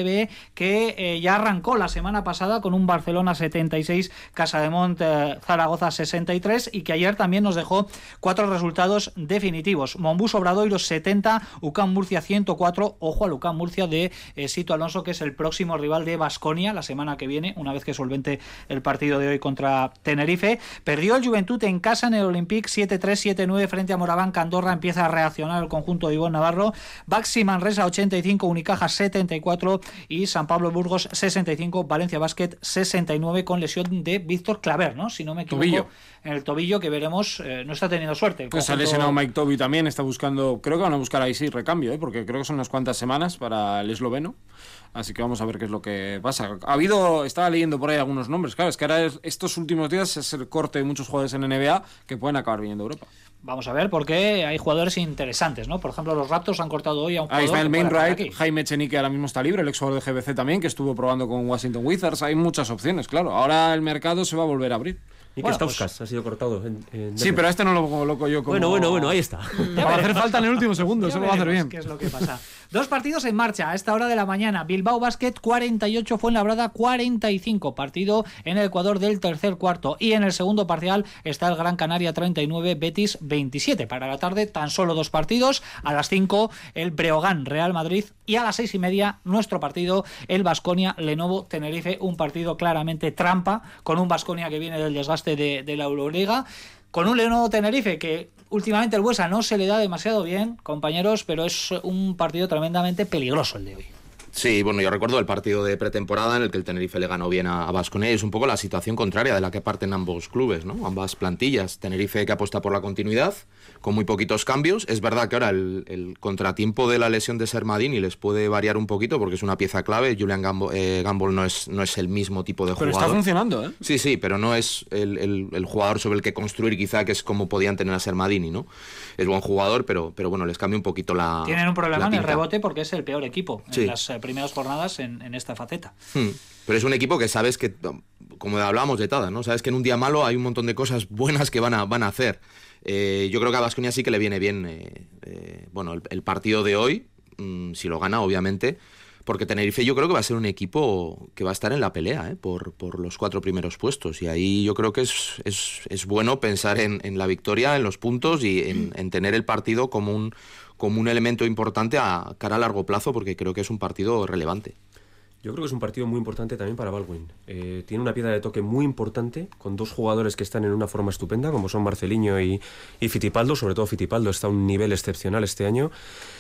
CB, que ya arrancó la semana pasada con un Barcelona 76, Casademont Zaragoza 63, y que ayer también nos dejó 4 resultados definitivos. Mombús Obradoiro 70, UCAM Murcia 104. Ojo al UCAM Murcia de Sito Alonso, que es el próximo rival de Baskonia la semana que viene, una vez que solvente el partido de hoy contra Tenerife. Perdió el Juventud en casa en el Olympique 7-3, 7-9 frente a Moraván. Andorra. Empieza a reaccionar el conjunto de Ivonne Navarro. Baxi Manresa 85, Unicaja 74 y San Pablo Burgos 65, Valencia Basket 69, con lesión de Víctor Claver, ¿no? Si no me equivoco, tobillo. En el tobillo, que veremos, no está teniendo suerte. Pues ha lesionado Mike Toby también, está buscando, creo que van a buscar ahí sí recambio, porque creo que son unas cuantas semanas para el esloveno. Así que vamos a ver qué es lo que pasa. Estaba leyendo por ahí algunos nombres, claro, es que ahora estos últimos días es el corte de muchos jugadores en NBA que pueden acabar viniendo a Europa. Vamos a ver, porque hay jugadores interesantes, ¿no? Por ejemplo, los Raptors han cortado hoy a un jugador. Ahí está el Mainwright, Jaime Echenique ahora mismo está libre, el exjugador de GBC también, que estuvo probando con Washington Wizards. Hay muchas opciones, claro. Ahora el mercado se va a volver a abrir. Y que Stauskas ha sido cortado. Sí, pero a este no lo coloco yo como... Bueno, ahí está. Va a hacer falta en el último segundo, eso lo va a hacer bien. ¿Qué es lo que pasa? 2 partidos en marcha a esta hora de la mañana. Bilbao Basket 48, Fuenlabrada 45. Partido en el Ecuador del tercer cuarto. Y en el segundo parcial está el Gran Canaria 39, Betis 27. Para la tarde tan solo 2 partidos. A las 5 el Breogán Real Madrid. Y a las 6:30 nuestro partido, el Baskonia Lenovo Tenerife. Un partido claramente trampa, con un Baskonia que viene del desgaste de la Euroliga, con un Lenovo Tenerife que últimamente el Buesa no se le da demasiado bien, compañeros, pero es un partido tremendamente peligroso el de hoy. Sí, bueno, yo recuerdo el partido de pretemporada en el que el Tenerife le ganó bien a Baskonia, y es un poco la situación contraria de la que parten ambos clubes, ¿no? Ambas plantillas. Tenerife, que apuesta por la continuidad, con muy poquitos cambios. Es verdad que ahora el contratiempo de la lesión de Sermadini les puede variar un poquito, porque es una pieza clave. Julian Gamble no es el mismo tipo de jugador. Pero está funcionando, ¿eh? Sí, pero no es el jugador sobre el que construir, quizá, que es como podían tener a Sermadini, ¿no? Es buen jugador, pero bueno, les cambia un poquito la... Tienen un problema en el rebote porque es el peor equipo en las primeras jornadas en esta faceta. Pero es un equipo que sabes que, como hablábamos de Tada, ¿no? Sabes que en un día malo hay un montón de cosas buenas que van a hacer. Yo creo que a Baskonia sí que le viene bien el partido de hoy, si lo gana, obviamente, porque Tenerife yo creo que va a ser un equipo que va a estar en la pelea por los 4 primeros puestos, y ahí yo creo que es bueno pensar en la victoria, en los puntos y en tener el partido como un elemento importante a cara a largo plazo, porque creo que es un partido relevante. Yo creo que es un partido muy importante también para Baldwin. Tiene una piedra de toque muy importante, con 2 jugadores que están en una forma estupenda, como son Marceliño y Fittipaldo. Sobre todo Fittipaldo está a un nivel excepcional este año.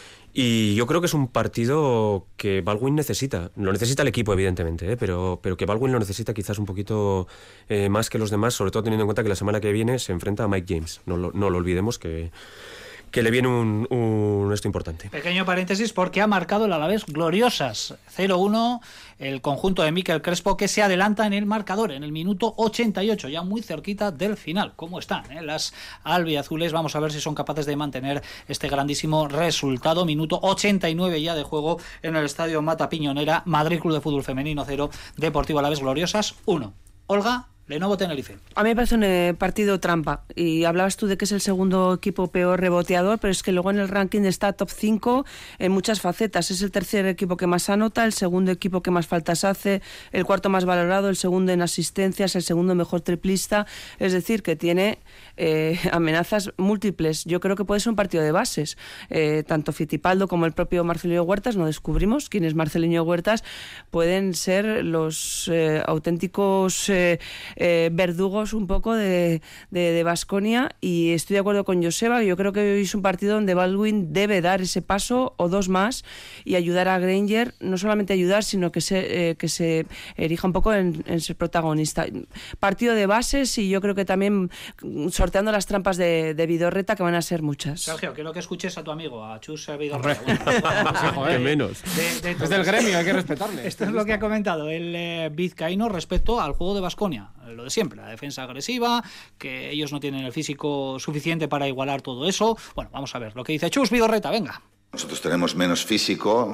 Y yo creo que es un partido que Baldwin necesita. Lo necesita el equipo, evidentemente, pero que Baldwin lo necesita quizás un poquito más que los demás, sobre todo teniendo en cuenta que la semana que viene se enfrenta a Mike James. No lo olvidemos, que le viene un esto importante. Pequeño paréntesis, porque ha marcado el Alavés gloriosas 0-1 el conjunto de Mikel Crespo, que se adelanta en el marcador en el minuto 88, ya muy cerquita del final. ¿Cómo están las albiazules? Vamos a ver si son capaces de mantener este grandísimo resultado. Minuto 89 ya de juego en el estadio Mata Piñonera. Madrid Club de Fútbol Femenino 0, Deportivo Alavés gloriosas 1. Olga, Lenovo Tenerife. A mí me parece un partido trampa, y hablabas tú de que es el segundo equipo peor reboteador, pero es que luego en el ranking está top 5 en muchas facetas. Es el tercer equipo que más anota, el segundo equipo que más faltas hace, el cuarto más valorado, el segundo en asistencias, el segundo mejor triplista. Es decir, que tiene amenazas múltiples. Yo creo que puede ser un partido de bases. Tanto Fittipaldo como el propio Marceliño Huertas, no descubrimos quién es Marceliño Huertas, pueden ser los auténticos verdugos un poco de Baskonia, y estoy de acuerdo con Joseba. Yo creo que hoy es un partido donde Baldwin debe dar ese paso o 2 más y ayudar a Granger, no solamente ayudar, sino que se erija un poco en ser protagonista. Partido de bases, y yo creo que también sorteando las trampas de Vidorreta, que van a ser muchas. Sergio, quiero que escuches a tu amigo, a Chus Vidorreta. Que menos. Es del gremio, hay que respetarle. Esto es lo que ha comentado el vizcaíno respecto al juego de Baskonia. Lo de siempre, la defensa agresiva, que ellos no tienen el físico suficiente para igualar todo eso. Bueno, vamos a ver lo que dice Chus Vidorreta, venga. Nosotros tenemos menos físico,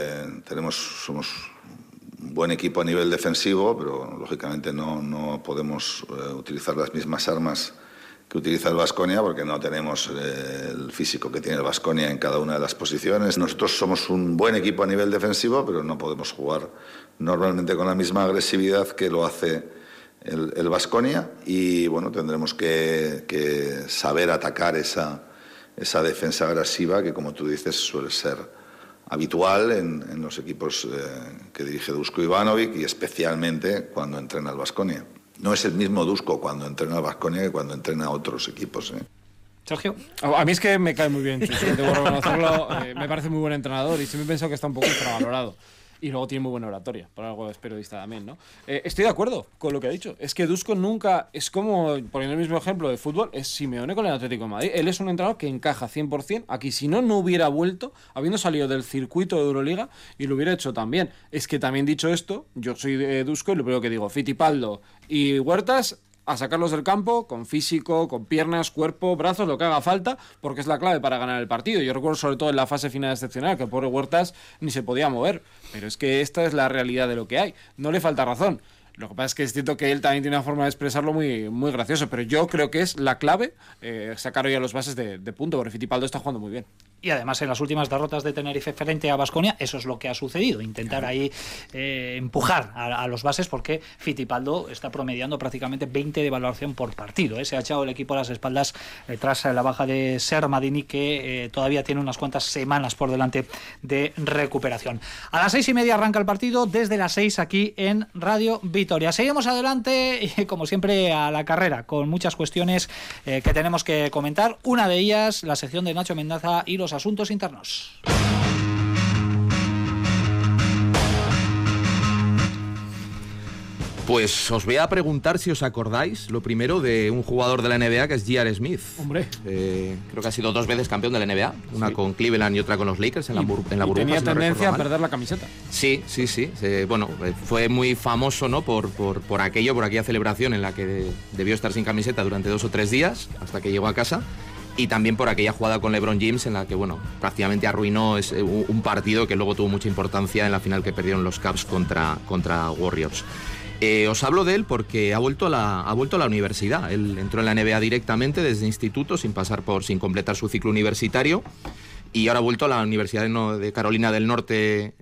somos un buen equipo a nivel defensivo, pero lógicamente no podemos utilizar las mismas armas utiliza el Baskonia, porque no tenemos el físico que tiene el Baskonia en cada una de las posiciones. Nosotros somos un buen equipo a nivel defensivo, pero no podemos jugar normalmente con la misma agresividad que lo hace el Baskonia, y bueno, tendremos que saber atacar esa defensa agresiva que, como tú dices, suele ser habitual en los equipos que dirige Duško Ivanović, y especialmente cuando entrena el Baskonia. No es el mismo Duško cuando entrena el Baskonia que cuando entrena a otros equipos. Sergio. A mí es que me cae muy bien, debo reconocerlo. Me parece muy buen entrenador y siempre he pensado que está un poco infravalorado. Y luego tiene muy buena oratoria, por algo es periodista también, ¿no? Estoy de acuerdo con lo que ha dicho. Es que Duško nunca, es como, poniendo el mismo ejemplo de fútbol, es Simeone con el Atlético de Madrid. Él es un entrenador que encaja 100%. Aquí, si no hubiera vuelto, habiendo salido del circuito de Euroliga, y lo hubiera hecho también. Es que también, dicho esto, yo soy de Duško y lo primero que digo, Fittipaldo y Huertas, a sacarlos del campo con físico, con piernas, cuerpo, brazos, lo que haga falta, porque es la clave para ganar el partido. Yo recuerdo sobre todo en la fase final excepcional que el pobre Huertas ni se podía mover, pero es que esta es la realidad de lo que hay. No le falta razón. Lo que pasa es que es cierto que él también tiene una forma de expresarlo muy, muy gracioso, pero yo creo que es la clave sacar hoy a los bases de punto, porque Fittipaldo está jugando muy bien. Y además en las últimas derrotas de Tenerife frente a Baskonia, eso es lo que ha sucedido, intentar ahí empujar a los bases, porque Fittipaldo está promediando prácticamente 20 de valoración por partido. Se ha echado el equipo a las espaldas tras la baja de Sermadini, que todavía tiene unas cuantas semanas por delante de recuperación. A las 6:30 arranca el partido, desde las 6 aquí en Radio Vitoria. Seguimos adelante, como siempre, a la carrera, con muchas cuestiones que tenemos que comentar. Una de ellas, la sección de Nacho Mendaza y los asuntos internos. Pues os voy a preguntar si os acordáis, lo primero, de un jugador de la NBA que es J.R. Smith. Hombre. Creo que ha sido 2 veces campeón de la NBA, una con Cleveland y otra con los Lakers en la burbuja. Tenía si no tendencia a mal. perder la camiseta. Sí. Bueno, fue muy famoso, ¿no? por aquella celebración en la que debió estar sin camiseta durante 2 o 3 días, hasta que llegó a casa. Y también por aquella jugada con LeBron James en la que, bueno, prácticamente arruinó un partido que luego tuvo mucha importancia en la final que perdieron los Cavs contra Warriors. Os hablo de él porque ha vuelto a la universidad. Él entró en la NBA directamente desde instituto, sin completar su ciclo universitario, y ahora ha vuelto a la Universidad de Carolina del Norte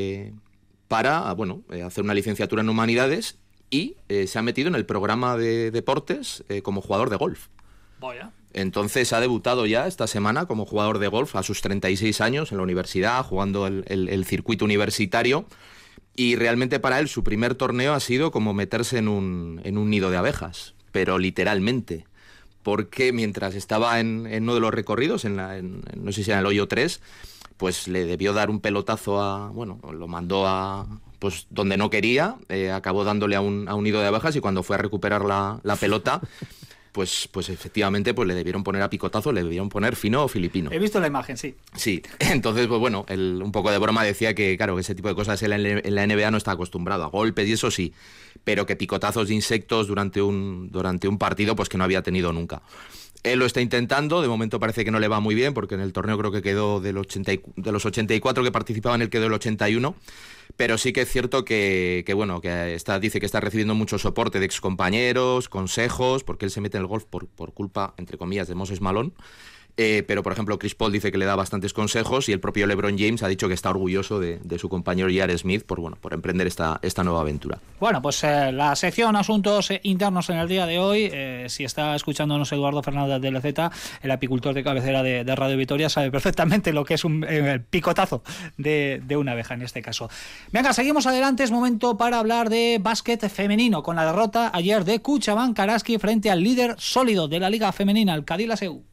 para hacer una licenciatura en Humanidades, y se ha metido en el programa de deportes como jugador de golf. Vaya. Entonces ha debutado ya esta semana como jugador de golf a sus 36 años en la universidad, jugando el circuito universitario. Y realmente para él su primer torneo ha sido como meterse en un nido de abejas, pero literalmente. Porque mientras estaba en uno de los recorridos, no sé si era el hoyo 3, pues le debió dar un pelotazo lo mandó a pues donde no quería, acabó dándole a un nido de abejas, y cuando fue a recuperar la pelota... Pues efectivamente le debieron poner a picotazo, le debieron poner fino o filipino. He visto la imagen, sí. Sí, entonces, pues bueno, un poco de broma decía que, claro, que ese tipo de cosas en la NBA no está acostumbrado a golpes y eso sí, pero que picotazos de insectos durante un partido, pues que no había tenido nunca. Él lo está intentando, de momento parece que no le va muy bien, porque en el torneo creo que quedó de los 84 que participaban, él quedó el 81, pero sí que es cierto que dice que está recibiendo mucho soporte de excompañeros, consejos, porque él se mete en el golf por culpa, entre comillas, de Moses Malone. Pero, por ejemplo, Chris Paul dice que le da bastantes consejos, y el propio LeBron James ha dicho que está orgulloso de su compañero J.R. Smith por emprender esta nueva aventura. Bueno, pues la sección Asuntos Internos en el día de hoy, si está escuchándonos Eduardo Fernández de LZ, el apicultor de cabecera de Radio Vitoria, sabe perfectamente lo que es un picotazo de una abeja en este caso. Venga, seguimos adelante, es momento para hablar de básquet femenino, con la derrota ayer de Cuchabank Araski frente al líder sólido de la Liga Femenina, el Cadí Laseu.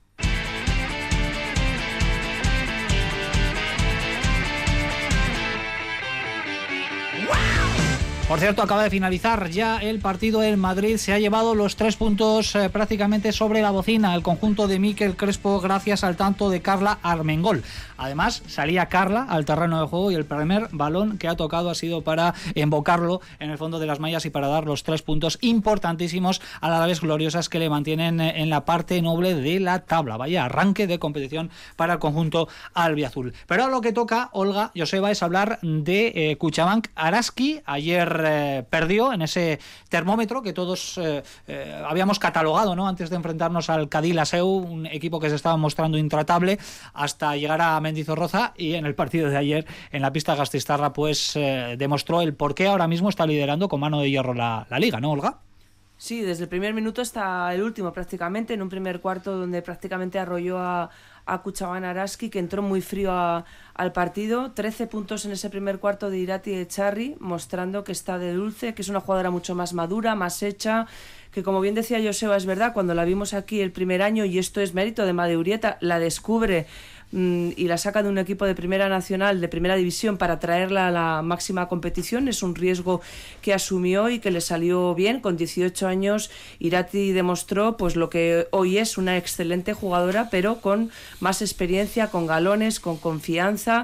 Por cierto, acaba de finalizar ya el partido en Madrid. Se ha llevado los 3 puntos prácticamente sobre la bocina el conjunto de Mikel Crespo, gracias al tanto de Carla Armengol. Además, salía Carla al terreno de juego y el primer balón que ha tocado ha sido para embocarlo en el fondo de las mallas y para dar los 3 puntos importantísimos a las aves gloriosas que le mantienen en la parte noble de la tabla. Vaya arranque de competición para el conjunto albiazul. Pero ahora lo que toca, Olga, Joseba, es hablar de Cuchabank Araski. Ayer ayer perdió en ese termómetro que todos habíamos catalogado, ¿no?, antes de enfrentarnos al Cadí Laseu, un equipo que se estaba mostrando intratable hasta llegar a Mendizorroza, y en el partido de ayer en la pista Gasteiztarra pues demostró el por qué ahora mismo está liderando con mano de hierro la liga, ¿no, Olga? Sí, desde el primer minuto hasta el último prácticamente, en un primer cuarto donde prácticamente arrolló a Kutxabank Araski, que entró muy frío al partido. 13 puntos en ese primer cuarto de Irati Echarri, mostrando que está de dulce, que es una jugadora mucho más madura, más hecha, que como bien decía Joseba, es verdad, cuando la vimos aquí el primer año, y esto es mérito de Made Urieta, la descubre y la saca de un equipo de primera nacional, de primera división, para traerla a la máxima competición. Es un riesgo que asumió y que le salió bien. Con 18 años Irati demostró pues lo que hoy es, una excelente jugadora, pero con más experiencia, con galones, con confianza.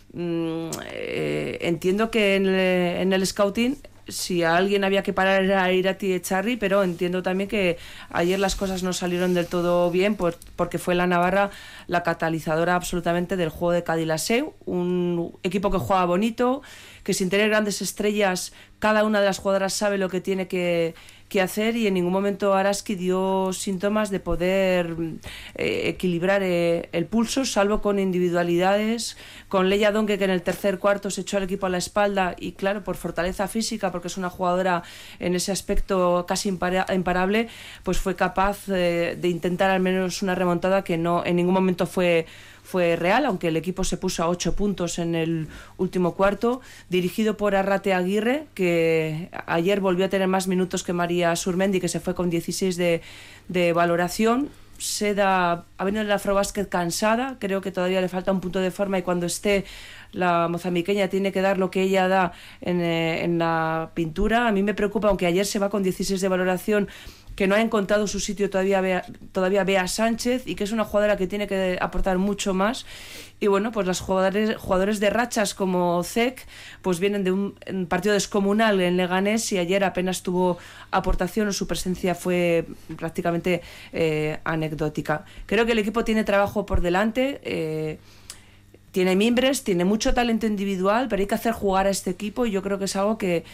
Entiendo que en el scouting, si a alguien había que parar era a Irati Echarri, pero entiendo también que ayer las cosas no salieron del todo bien, porque fue la navarra la catalizadora absolutamente del juego de Cadí Laseu, un equipo que juega bonito, que sin tener grandes estrellas, cada una de las jugadoras sabe lo que tiene que hacer, y en ningún momento Araski dio síntomas de poder equilibrar el pulso, salvo con individualidades, con Leia Donke, que en el tercer cuarto se echó al equipo a la espalda, y claro, por fortaleza física, porque es una jugadora en ese aspecto casi imparable, pues fue capaz de intentar al menos una remontada que no en ningún momento fue real, aunque el equipo se puso a 8 puntos en el último cuarto, dirigido por Arrate Aguirre, que ayer volvió a tener más minutos que María Surmendi, que se fue con 16 de valoración. Seda ha venido en la Afrobasket cansada, creo que todavía le falta un punto de forma, y cuando esté la mozambiqueña tiene que dar lo que ella da en la pintura. A mí me preocupa, aunque ayer se va con 16 de valoración, que no ha encontrado su sitio todavía Bea Sánchez, y que es una jugadora que tiene que aportar mucho más. Y bueno, pues los jugadores de rachas como Zek pues vienen de un partido descomunal en Leganés, y ayer apenas tuvo aportación, o su presencia fue prácticamente anecdótica. Creo que el equipo tiene trabajo por delante, tiene mimbres, tiene mucho talento individual, pero hay que hacer jugar a este equipo, y yo creo que es algo que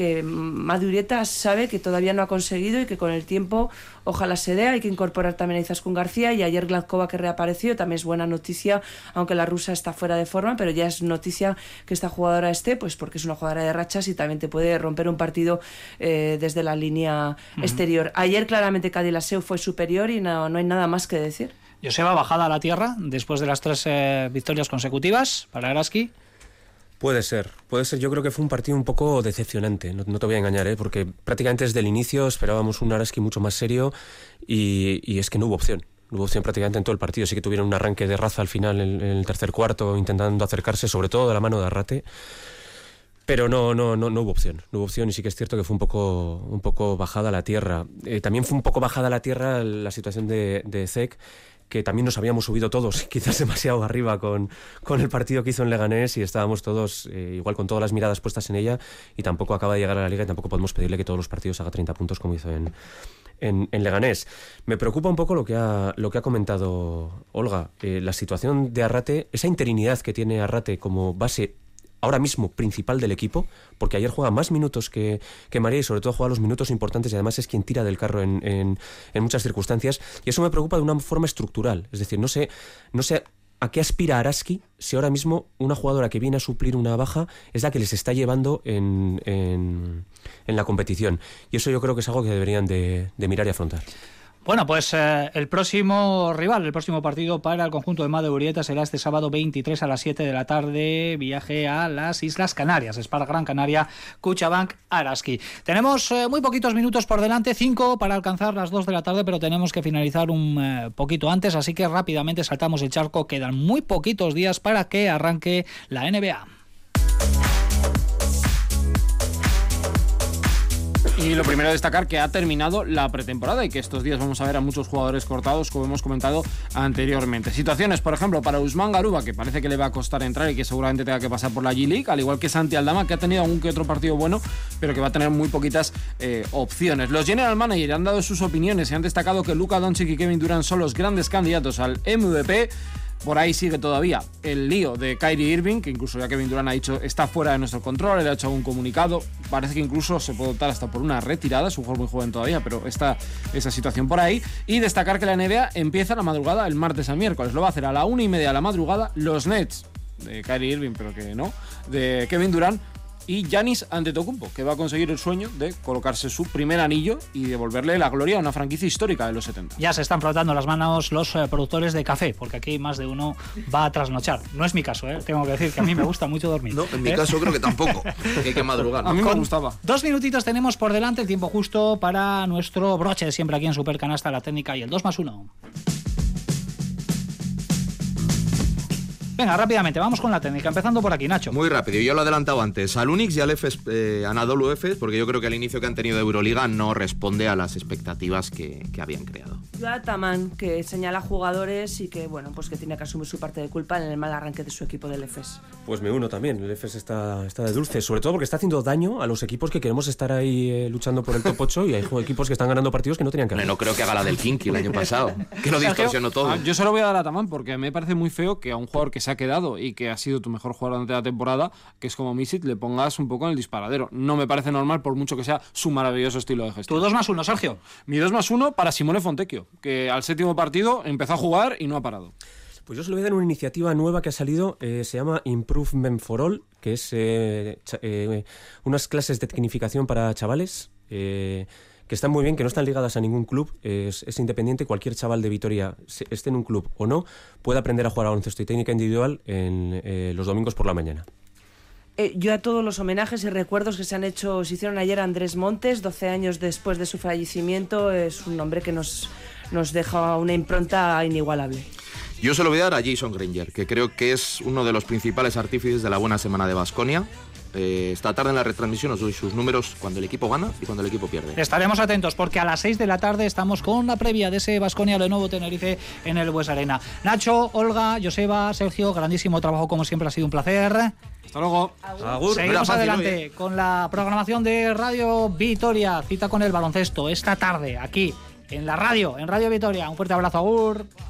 Made Urieta sabe que todavía no ha conseguido, y que con el tiempo ojalá se dé. Hay que incorporar también a Izaskun García, y ayer Gladkova, que reapareció, también es buena noticia, aunque la rusa está fuera de forma, pero ya es noticia que esta jugadora esté, pues porque es una jugadora de rachas y también te puede romper un partido desde la línea exterior. Ayer claramente Cadí Laseu fue superior, y no hay nada más que decir. Joseba, bajada a la tierra después de las 3 victorias consecutivas para Araski. Puede ser. Yo creo que fue un partido un poco decepcionante, no te voy a engañar, porque prácticamente desde el inicio esperábamos un Araski mucho más serio, y es que no hubo opción. No hubo opción prácticamente en todo el partido. Sí que tuvieron un arranque de raza al final en el tercer cuarto, intentando acercarse, sobre todo de la mano de Arrate. Pero no hubo opción. No hubo opción, y sí que es cierto que fue un poco bajada a la tierra. También fue un poco bajada a la tierra la situación de Zek, que también nos habíamos subido todos quizás demasiado arriba con el partido que hizo en Leganés, y estábamos todos igual con todas las miradas puestas en ella, y tampoco acaba de llegar a la liga, y tampoco podemos pedirle que todos los partidos haga 30 puntos como hizo en Leganés. Me preocupa un poco lo que ha comentado Olga, la situación de Arrate, esa interinidad que tiene Arrate como base ahora mismo principal del equipo, porque ayer juega más minutos que María, y sobre todo juega los minutos importantes, y además es quien tira del carro en muchas circunstancias, y eso me preocupa de una forma estructural. Es decir, no sé a qué aspira Araski si ahora mismo una jugadora que viene a suplir una baja es la que les está llevando en la competición, y eso yo creo que es algo que deberían de mirar y afrontar. Bueno, pues el próximo partido para el conjunto de Made Urieta será este sábado 23 a las 7 de la tarde, viaje a las Islas Canarias, es para Gran Canaria, Kutxabank Araski. Tenemos muy poquitos minutos por delante, 5 para alcanzar las 2 de la tarde, pero tenemos que finalizar un poquito antes, así que rápidamente saltamos el charco, quedan muy poquitos días para que arranque la NBA. Y lo primero destacar que ha terminado la pretemporada, y que estos días vamos a ver a muchos jugadores cortados, como hemos comentado anteriormente. Situaciones, por ejemplo, para Usman Garuba, que parece que le va a costar entrar y que seguramente tenga que pasar por la G-League, al igual que Santi Aldama, que ha tenido algún que otro partido bueno, pero que va a tener muy poquitas opciones. Los general manager han dado sus opiniones y han destacado que Luka Doncic y Kevin Durant son los grandes candidatos al MVP. Por ahí sigue todavía el lío de Kyrie Irving, que incluso ya Kevin Durant ha dicho está fuera de nuestro control, él ha hecho algún comunicado, parece que incluso se puede optar hasta por una retirada, es un jugador muy joven todavía, pero está esa situación por ahí. Y destacar que la NBA empieza la madrugada el martes al miércoles, lo va a hacer a la 1:30 de la madrugada los Nets, de Kyrie Irving, pero que no, de Kevin Durant, y Giannis Antetokounmpo, que va a conseguir el sueño de colocarse su primer anillo y devolverle la gloria a una franquicia histórica de los 70. Ya se están frotando las manos los productores de café, porque aquí más de uno va a trasnochar. No es mi caso, tengo que decir que a mí me gusta mucho dormir. No, en mi caso creo que tampoco, que hay que madrugar, ¿no? A mí me gustaba. 2 minutitos tenemos por delante, el tiempo justo para nuestro broche de siempre aquí en Supercanasta, la técnica y el 2+1. Venga, rápidamente, vamos con la técnica, empezando por aquí, Nacho. Muy rápido, yo lo he adelantado antes, al Unix y al Efes, Anadolu Efes, porque yo creo que el inicio que han tenido de Euroliga no responde a las expectativas que habían creado. Yo a Tamán, que señala jugadores y que, bueno, pues que tiene que asumir su parte de culpa en el mal arranque de su equipo del Efes. Pues me uno también, el Efes está de dulce, sobre todo porque está haciendo daño a los equipos que queremos estar ahí luchando por el top 8 y hay equipos que están ganando partidos que no tenían que ganar. No creo que haga la del Kinky el año pasado, que lo distorsionó todo. Yo se lo voy a dar a Tamán porque me parece muy feo que a un jugador que se ha quedado y que ha sido tu mejor jugador durante la temporada, que es como Misic, le pongas un poco en el disparadero. No me parece normal, por mucho que sea su maravilloso estilo de gestión. Tu 2+1, Sergio. Mi 2+1 para Simone Fontecchio, que al séptimo partido empezó a jugar y no ha parado. Pues yo se lo voy a dar una iniciativa nueva que ha salido, se llama Improvement for All, que es unas clases de tecnificación para chavales, que están muy bien, que no están ligadas a ningún club, es independiente, cualquier chaval de Vitoria, esté en un club o no, puede aprender a jugar a baloncesto y técnica individual en los domingos por la mañana. Yo a todos los homenajes y recuerdos que se hicieron ayer a Andrés Montes, 12 años después de su fallecimiento, es un hombre que nos deja una impronta inigualable. Yo se lo voy a dar a Jason Granger, que creo que es uno de los principales artífices de la buena semana de Baskonia. Esta tarde en la retransmisión os doy sus números cuando el equipo gana y cuando el equipo pierde. Estaremos atentos porque a las 6 de la tarde estamos con la previa de ese Baskonia Lenovo Tenerife en el Bues Arena. Nacho, Olga, Joseba, Sergio, grandísimo trabajo como siempre, ha sido un placer. Hasta luego. Agur. Seguimos adelante con la programación de Radio Vitoria. Cita con el baloncesto esta tarde aquí en la radio, en Radio Vitoria. Un fuerte abrazo, agur.